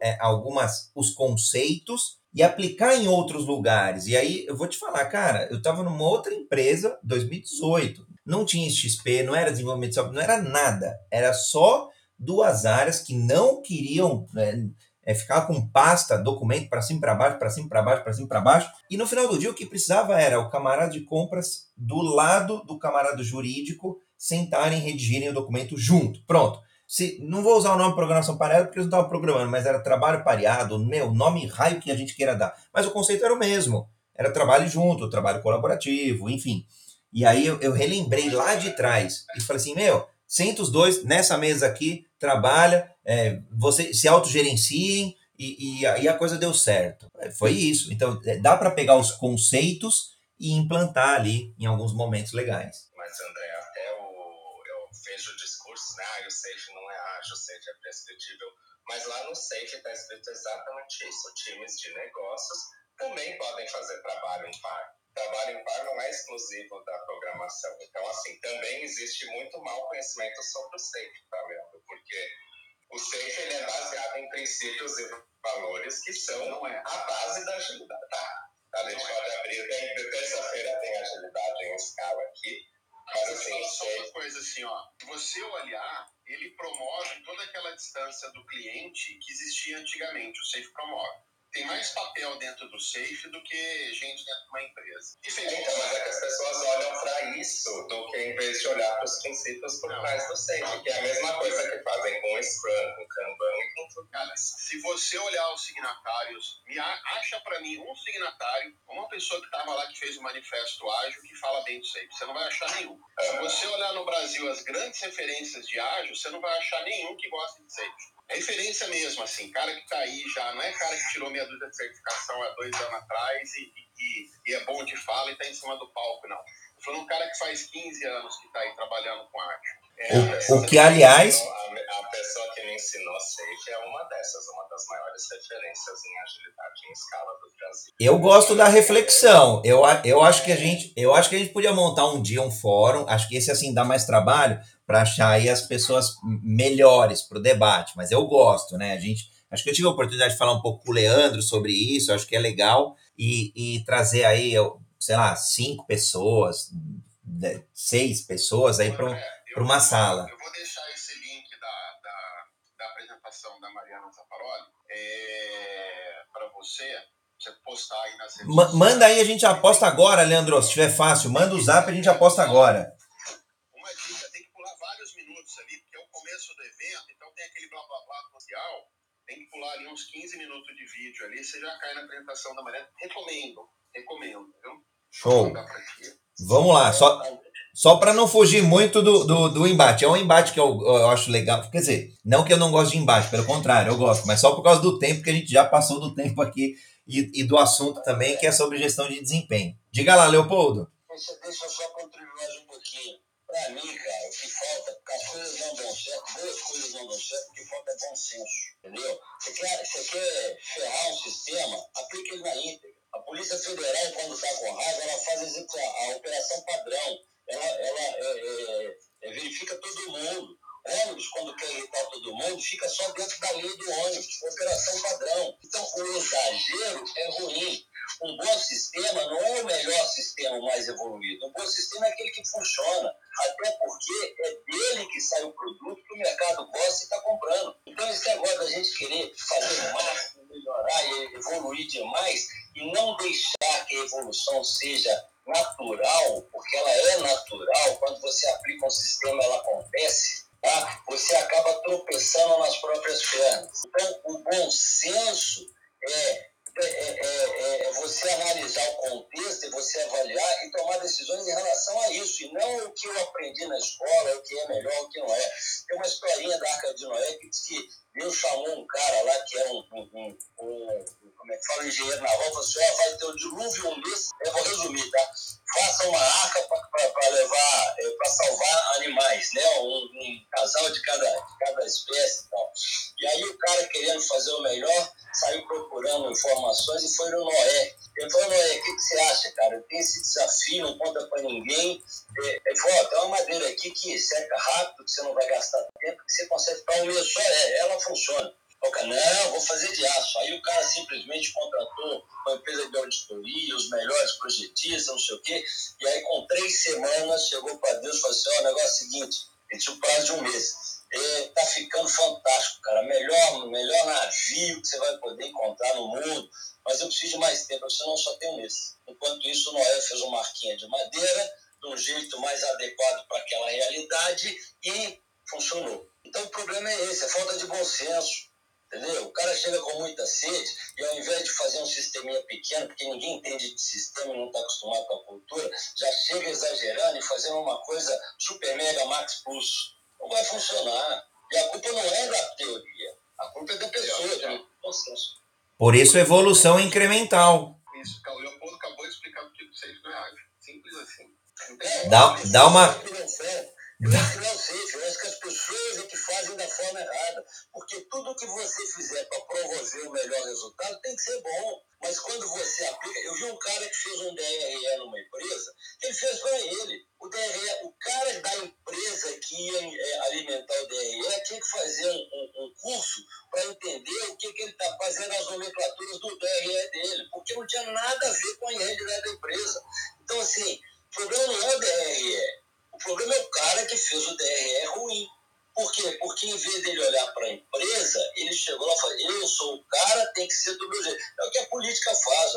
os conceitos e aplicar em outros lugares. E aí, eu vou te falar, cara, eu estava numa outra empresa, 2018, não tinha XP, não era desenvolvimento de software, não era nada, era só 2 áreas que não queriam ficar com pasta, documento para cima, para baixo, para cima, para baixo, para cima, para baixo. E no final do dia o que precisava era o camarada de compras do lado do camarada jurídico sentarem e redigirem o documento junto. Pronto. Não vou usar o nome programação pareada porque eles não estavam programando, mas era trabalho pareado, nome raio que a gente queira dar. Mas o conceito era o mesmo. Era trabalho junto, trabalho colaborativo, enfim. E aí eu relembrei lá de trás e falei assim, senta os dois nessa mesa aqui, trabalha, você se autogerenciem e a coisa deu certo. Foi isso. Então, dá para pegar os conceitos e implantar ali em alguns momentos legais. Mas, André, até eu vejo discursos, né? O SAFe não é ágil, o SAFe é prescritível. Mas lá no SAFe está escrito exatamente isso. Times de negócios também podem fazer trabalho em par. Trabalho em par não é exclusivo da programação. Então, assim, também existe muito mau conhecimento sobre o SAFe, tá vendo? Porque o SAFe ele é baseado em princípios e valores que são a base da agilidade. A gente pode abrir, terça-feira tem agilidade em escala aqui. Mas assim, só uma coisa assim, se você olhar, ele promove toda aquela distância do cliente que existia antigamente, o SAFe promove. Tem mais papel dentro do SAFe do que gente dentro de uma empresa. Então, mas é que as pessoas olham para isso do que em vez de olhar para os princípios por trás do SAFe, que é a mesma coisa que fazem com o Scrum, com o Kanban e com tudo. Cara, se você olhar os signatários, acha para mim um signatário, uma pessoa que estava lá que fez o manifesto ágil que fala bem do SAFe. Você não vai achar nenhum. Se você olhar no Brasil as grandes referências de ágil, você não vai achar nenhum que goste de SAFe. É referência mesmo, assim, cara que tá aí já, não é cara que tirou meia dúzia de certificação há 2 anos atrás e é bom de fala e tá em cima do palco, não. Eu falando um cara que faz 15 anos que tá aí trabalhando com ágil. O que, aliás... A pessoa que me ensinou SAFe é uma das maiores referências em agilidade em escala do Brasil. Eu gosto da reflexão. Eu acho que a gente podia montar um dia um fórum. Acho que esse assim dá mais trabalho para achar aí as pessoas melhores para o debate. Mas eu gosto, né? Acho que eu tive a oportunidade de falar um pouco com o Leandro sobre isso. Acho que é legal e trazer aí, sei lá, 5 pessoas, 6 pessoas aí para uma sala. Eu vou deixar esse link da apresentação da Mariana Zapparoli. você postar aí nas redes Manda aí, a gente aposta agora, Leandro. Se tiver fácil, manda o zap, a gente aposta agora. Uma dica, tem que pular vários minutos ali, porque é o começo do evento, então tem aquele blá blá blá social, tem que pular ali uns 15 minutos de vídeo ali, você já cai na apresentação da Mariana. Recomendo, viu? Show. Vamos lá, só para não fugir muito do embate. É um embate que eu acho legal. Quer dizer, não que eu não gosto de embate, pelo contrário, eu gosto, mas só por causa do tempo, que a gente já passou do tempo aqui e do assunto também, que é sobre gestão de desempenho. Diga lá, Leopoldo. Deixa eu só contribuir mais um pouquinho. Para mim, cara, o que falta, porque as coisas não dão certo, boas coisas não dão certo, o que falta é bom senso, entendeu? Você quer ferrar um sistema, aplica ele na íntegra. A Polícia Federal, quando está com raiva, ela faz a operação padrão. Ela verifica todo mundo. Ônibus, quando quer irritar todo mundo, fica só dentro da lei do ônibus, operação padrão. Então, o exagero é ruim. Um bom sistema não é o melhor sistema mais evoluído. Um bom sistema é aquele que funciona, até porque é dele que sai o produto que o mercado gosta e está comprando. Então, esse negócio da gente querer fazer mais, melhorar e evoluir demais e não deixar que a evolução seja natural, porque ela é natural, quando você aplica um sistema, ela acontece, tá? Você acaba tropeçando nas próprias pernas. Então, o bom senso é você analisar o contexto e você avaliar e tomar decisões em relação a isso, e não o que eu aprendi na escola, o que é melhor, o que não é. Tem uma historinha da Arca de Noé que diz que Deus chamou um cara lá que era como é que fala, engenheiro naval, falou assim, vai ter o dilúvio um mês, eu vou resumir, tá? Faça uma arca para levar, para salvar animais, né? Um casal de cada espécie e tal. E aí o cara, querendo fazer o melhor, saiu procurando informações e foi no Noé. Ele falou, Noé, o que você acha, cara? Eu tenho esse desafio, não conta para ninguém. Ele falou, tem uma madeira aqui que seca rápido, que você não vai gastar tempo, que você consegue ficar um mês só, ela funciona. O cara, não, vou fazer de aço. Aí o cara simplesmente contratou uma empresa de auditoria, os melhores projetistas, não sei o quê, e aí com 3 semanas chegou para Deus e falou assim, o negócio é o seguinte, ele tinha um prazo de um mês. Tá ficando fantástico, cara. Melhor navio que você vai poder encontrar no mundo, mas eu preciso de mais tempo, senão só tem um mês. Enquanto isso, o Noé fez uma marquinha de madeira, de um jeito mais adequado para aquela realidade e funcionou. Então o problema é esse, é falta de bom senso. Entendeu? O cara chega com muita sede e ao invés de fazer um sisteminha pequeno, porque ninguém entende de sistema e não está acostumado com a cultura, já chega exagerando e fazendo uma coisa super mega max plus. Não vai funcionar. E a culpa não é da teoria, a culpa é da pessoa, do consenso. Por isso, evolução incremental. Isso, o Leopoldo acabou de explicar o que vocês não é ágil. Simples assim. Dá uma... Eu acho que não é safe, eu acho que as pessoas é que fazem da forma errada. Porque tudo que você fizer para promover o melhor resultado tem que ser bom. Mas quando você aplica... Eu vi um cara que fez um DRE numa empresa, ele fez para ele. O DRE, o cara da empresa que ia alimentar o DRE tinha que fazer um curso para entender o que ele está fazendo, as nomenclaturas do DRE dele. Porque não tinha nada a ver com a realidade da empresa. Então, assim, o problema não é o DRE. O problema é o cara que fez o DRE ruim. Por quê? Porque em vez dele olhar para a empresa, ele chegou lá e falou, eu sou o cara, tem que ser do meu jeito. É o que a política faz.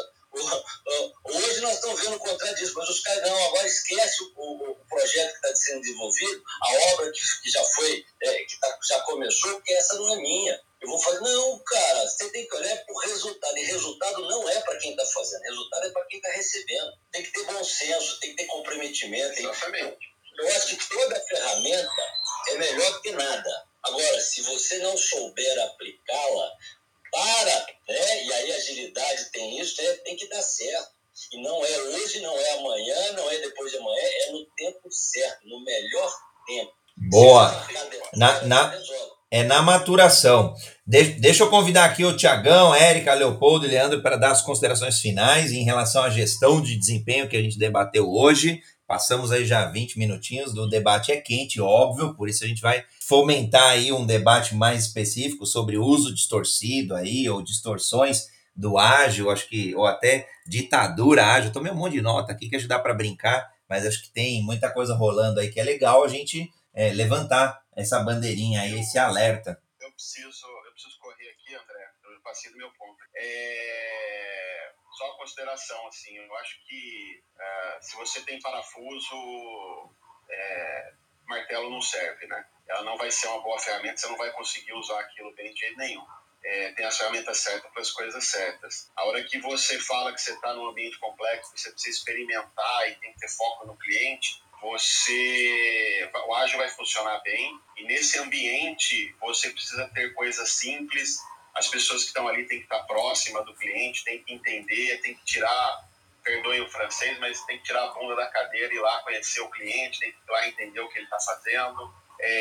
Hoje nós estamos vendo o contrário disso, mas os caras não, agora esquece o projeto que está sendo desenvolvido, a obra que já foi, já começou, porque essa não é minha. Eu vou fazer, não, cara, você tem que olhar para o resultado, e resultado não é para quem está fazendo, resultado é para quem está recebendo. Tem que ter bom senso, tem que ter comprometimento. Exatamente. Eu acho que toda ferramenta é melhor que nada. Agora, se você não souber aplicá-la, né? E aí a agilidade tem isso, tem que dar certo. E não é hoje, não é amanhã, não é depois de amanhã, é no tempo certo, no melhor tempo. Boa. É na maturação. Deixa eu convidar aqui o Tiagão, Érica, Leopoldo e Leandro para dar as considerações finais em relação à gestão de desempenho que a gente debateu hoje. Passamos aí já 20 minutinhos, do debate é quente, óbvio, por isso a gente vai fomentar aí um debate mais específico sobre o uso distorcido aí, ou distorções do ágil, acho que, ou até ditadura ágil. Tomei um monte de nota aqui que acho que dá para brincar, mas acho que tem muita coisa rolando aí que é legal a gente levantar essa bandeirinha aí, esse alerta. Eu preciso correr aqui, André. Eu passei do meu ponto. Só uma consideração, assim, eu acho que se você tem parafuso, martelo não serve, né? Ela não vai ser uma boa ferramenta, você não vai conseguir usar aquilo bem de jeito nenhum. Tem as ferramentas certas para as coisas certas. A hora que você fala que você está num ambiente complexo, você precisa experimentar e tem que ter foco no cliente, o ágil vai funcionar bem, e nesse ambiente você precisa ter coisas simples, as pessoas que estão ali têm que estar próximas do cliente, têm que entender, tem que tirar, perdoe o francês, mas tem que tirar a bunda da cadeira e ir lá conhecer o cliente, tem que ir lá entender o que ele está fazendo.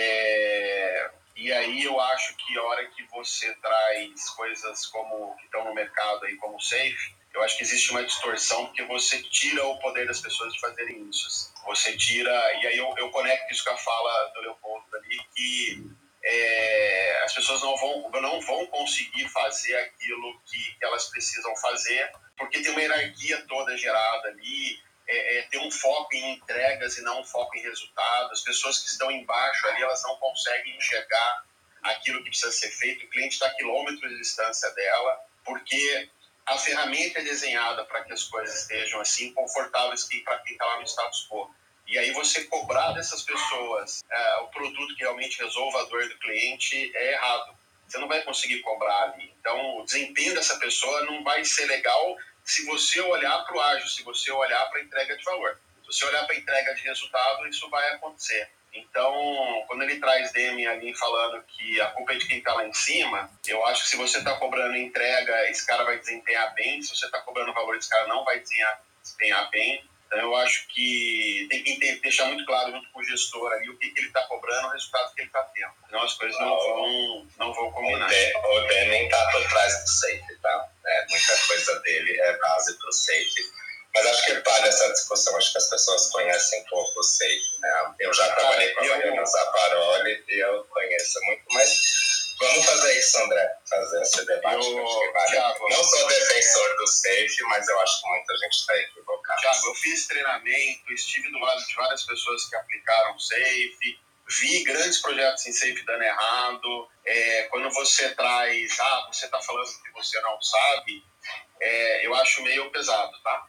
E aí eu acho que a hora que você traz coisas como que estão no mercado aí, como o Safe, eu acho que existe uma distorção, porque você tira o poder das pessoas de fazerem isso. Você tira, e aí eu conecto isso com a fala do Leopoldo ali, que as pessoas não vão conseguir fazer aquilo que elas precisam fazer, porque tem uma hierarquia toda gerada ali, tem um foco em entregas e não um foco em resultados. As pessoas que estão embaixo ali, elas não conseguem enxergar aquilo que precisa ser feito. O cliente está a quilômetros de distância dela, porque a ferramenta é desenhada para que as coisas estejam assim confortáveis para quem está lá no status quo. E aí você cobrar dessas pessoas o produto que realmente resolva a dor do cliente é errado. Você não vai conseguir cobrar ali. Então, o desempenho dessa pessoa não vai ser legal se você olhar para o ágil, se você olhar para a entrega de valor. Se você olhar para a entrega de resultado, isso vai acontecer. Então, quando ele traz Demi ali falando que a culpa é de quem está lá em cima, eu acho que se você está cobrando entrega, esse cara vai desempenhar bem. Se você está cobrando valor, esse cara não vai desempenhar bem. Então, eu acho que tem que deixar muito claro junto com o gestor ali o que ele está cobrando, o resultado que ele está tendo. Senão as coisas não vão combinar. O Deming está por trás do Safe, tá? Muita coisa dele é base para o Safe. Mas acho que vale essa discussão. Acho que as pessoas conhecem pouco o Safe, né? Eu já trabalhei com a Mariana Zapparoli e eu conheço muito, mas vamos fazer isso, André. Fazer esse debate. Acho que vale. Thiago, não sou defensor do Safe, mas eu acho que muita gente está equivocada. Thiago, eu fiz treinamento, estive do lado de várias pessoas que aplicaram Safe, vi grandes projetos em Safe dando errado. Quando você traz, você está falando que você não sabe, eu acho meio pesado, tá?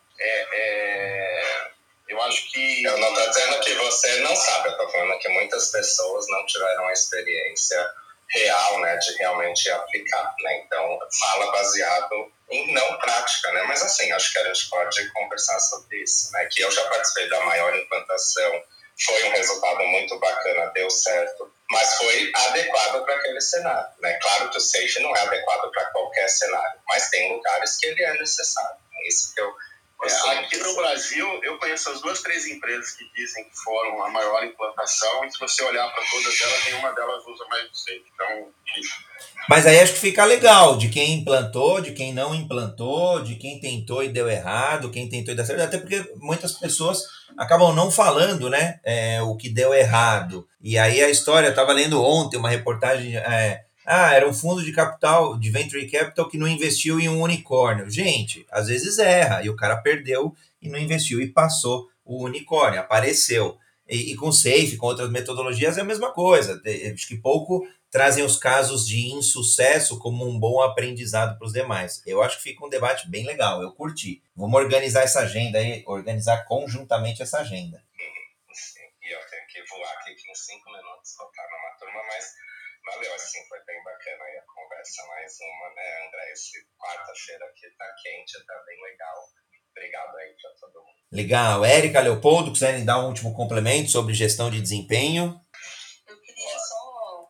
Eu acho que... Eu não estou dizendo que você não sabe, eu estou falando que muitas pessoas não tiveram a experiência real, né, de realmente aplicar, né? Então, fala baseado em não prática, né? Mas assim, acho que a gente pode conversar sobre isso, né? Que eu já participei da maior implantação, foi um resultado muito bacana, deu certo, mas foi adequado para aquele cenário, né? Claro que o Safe não é adequado para qualquer cenário, mas tem lugares que ele é necessário. É isso que eu aqui no Brasil, eu conheço as 2, 3 empresas que dizem que foram a maior implantação, e se você olhar para todas elas, nenhuma delas usa mais o Safe. Então, mas aí acho que fica legal, de quem implantou, de quem não implantou, de quem tentou e deu errado, quem tentou e deu certo, até porque muitas pessoas acabam não falando, né, o que deu errado. E aí a história, eu estava lendo ontem uma reportagem, era um fundo de capital, de venture capital, que não investiu em um unicórnio. Gente, às vezes erra, e o cara perdeu e não investiu, e passou o unicórnio, apareceu. E com Safe, com outras metodologias, é a mesma coisa. Acho que pouco trazem os casos de insucesso como um bom aprendizado para os demais. Eu acho que fica um debate bem legal, eu curti. Vamos organizar essa agenda aí, organizar conjuntamente essa agenda. Sim, e eu tenho que voar aqui que em 5 minutos vou estar numa turma, mas valeu, assim, foi bem bacana aí a conversa. Mais uma, né, André? Esse quarta-feira aqui tá quente, tá bem legal. Obrigado aí para todo mundo. Legal. Érica, Leopoldo, quiserem dar um último complemento sobre gestão de desempenho? Eu queria só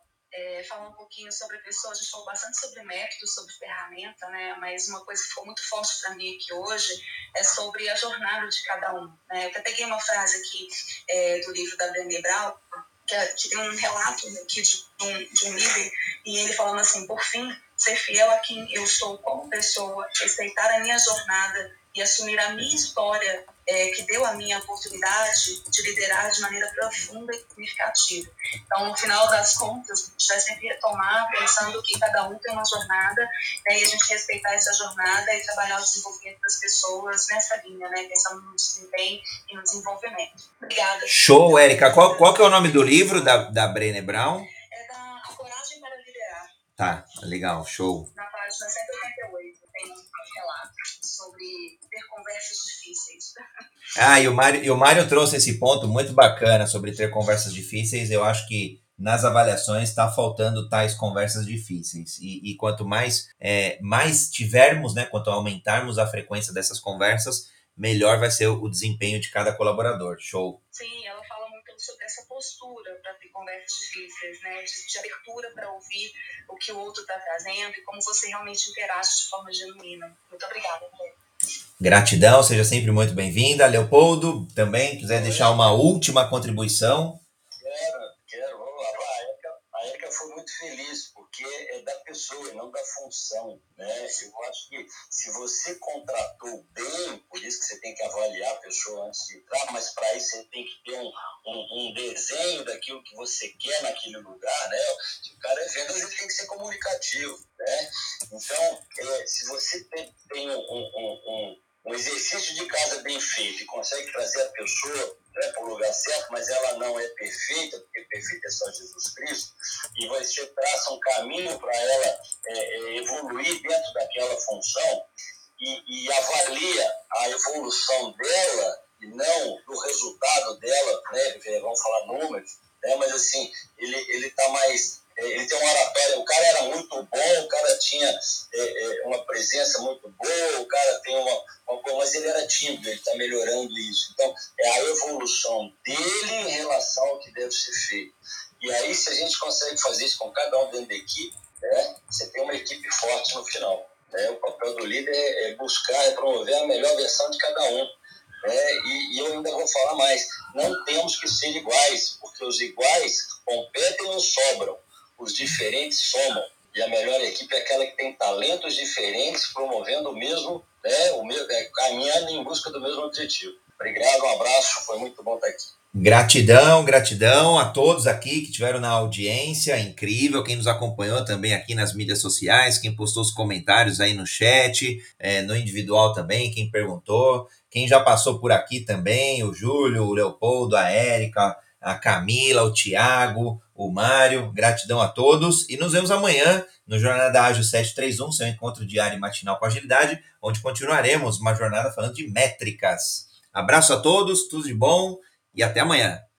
falar um pouquinho sobre a pessoa. A gente falou bastante sobre método, sobre ferramenta, né? Mas uma coisa que ficou muito forte para mim aqui hoje é sobre a jornada de cada um, né? Eu até peguei uma frase aqui do livro da Brené Brown, que tem um relato aqui de um líder, e ele falando assim: por fim, ser fiel a quem eu sou como pessoa, respeitar a minha jornada e assumir a minha história, que deu a minha oportunidade de liderar de maneira profunda e significativa. Então, no final das contas, a gente vai sempre retomar pensando que cada um tem uma jornada, né, e a gente respeitar essa jornada e trabalhar o desenvolvimento das pessoas nessa linha, né, pensando no desempenho e no desenvolvimento. Obrigada. Show, Érica. Qual que é o nome do livro da Brené Brown? É da A Coragem para Liderar. Tá, legal, show. Na página página 188 tem um relato sobre ter conversas difíceis. E o Mário trouxe esse ponto muito bacana sobre ter conversas difíceis. Eu acho que nas avaliações está faltando tais conversas difíceis. E quanto mais tivermos, né, quanto aumentarmos a frequência dessas conversas, melhor vai ser o desempenho de cada colaborador. Show! Sim, ela fala muito sobre essa postura para ter conversas difíceis, né? De abertura para ouvir o que o outro está trazendo e como você realmente interage de forma genuína. Muito obrigada, André. Gratidão, seja sempre muito bem-vinda. Leopoldo, também, quiser deixar uma última contribuição? Quero, vamos lá. A Érica foi muito feliz, porque é da pessoa e não da função, né? Eu acho que se você contratou bem, por isso que você tem que avaliar a pessoa antes de entrar, mas para isso você tem que ter um desenho daquilo que você quer naquele lugar, né? Se o cara é vendas, ele tem que ser comunicativo, né? Então, se você tem um exercício de casa bem feito e consegue trazer a pessoa, né, para o lugar certo, mas ela não é perfeita, porque perfeita é só Jesus Cristo, e você traça um caminho para ela evoluir dentro daquela função e avalia a evolução dela e não do resultado dela, né, vamos falar números, né, mas assim, ele está mais... Ele tem uma oratória, o cara era muito bom, o cara tinha uma presença muito boa, o cara tem mas ele era tímido, ele está melhorando isso. Então, é a evolução dele em relação ao que deve ser feito. E aí, se a gente consegue fazer isso com cada um dentro da equipe, né, você tem uma equipe forte no final. Né? O papel do líder é buscar, é promover a melhor versão de cada um. E eu ainda vou falar mais, não temos que ser iguais, porque os iguais competem e não sobram. Os diferentes somam. E a melhor equipe é aquela que tem talentos diferentes, promovendo o mesmo, né, caminhando em busca do mesmo objetivo. Obrigado, um abraço, foi muito bom estar aqui. Gratidão a todos aqui que estiveram na audiência, incrível, quem nos acompanhou também aqui nas mídias sociais, quem postou os comentários aí no chat, no individual também, quem perguntou, quem já passou por aqui também, o Júlio, o Leopoldo, a Érica, a Camila, o Tiago, o Mário, gratidão a todos e nos vemos amanhã no Jornada Ágil 731, seu encontro diário e matinal com agilidade, onde continuaremos uma jornada falando de métricas. Abraço a todos, tudo de bom e até amanhã.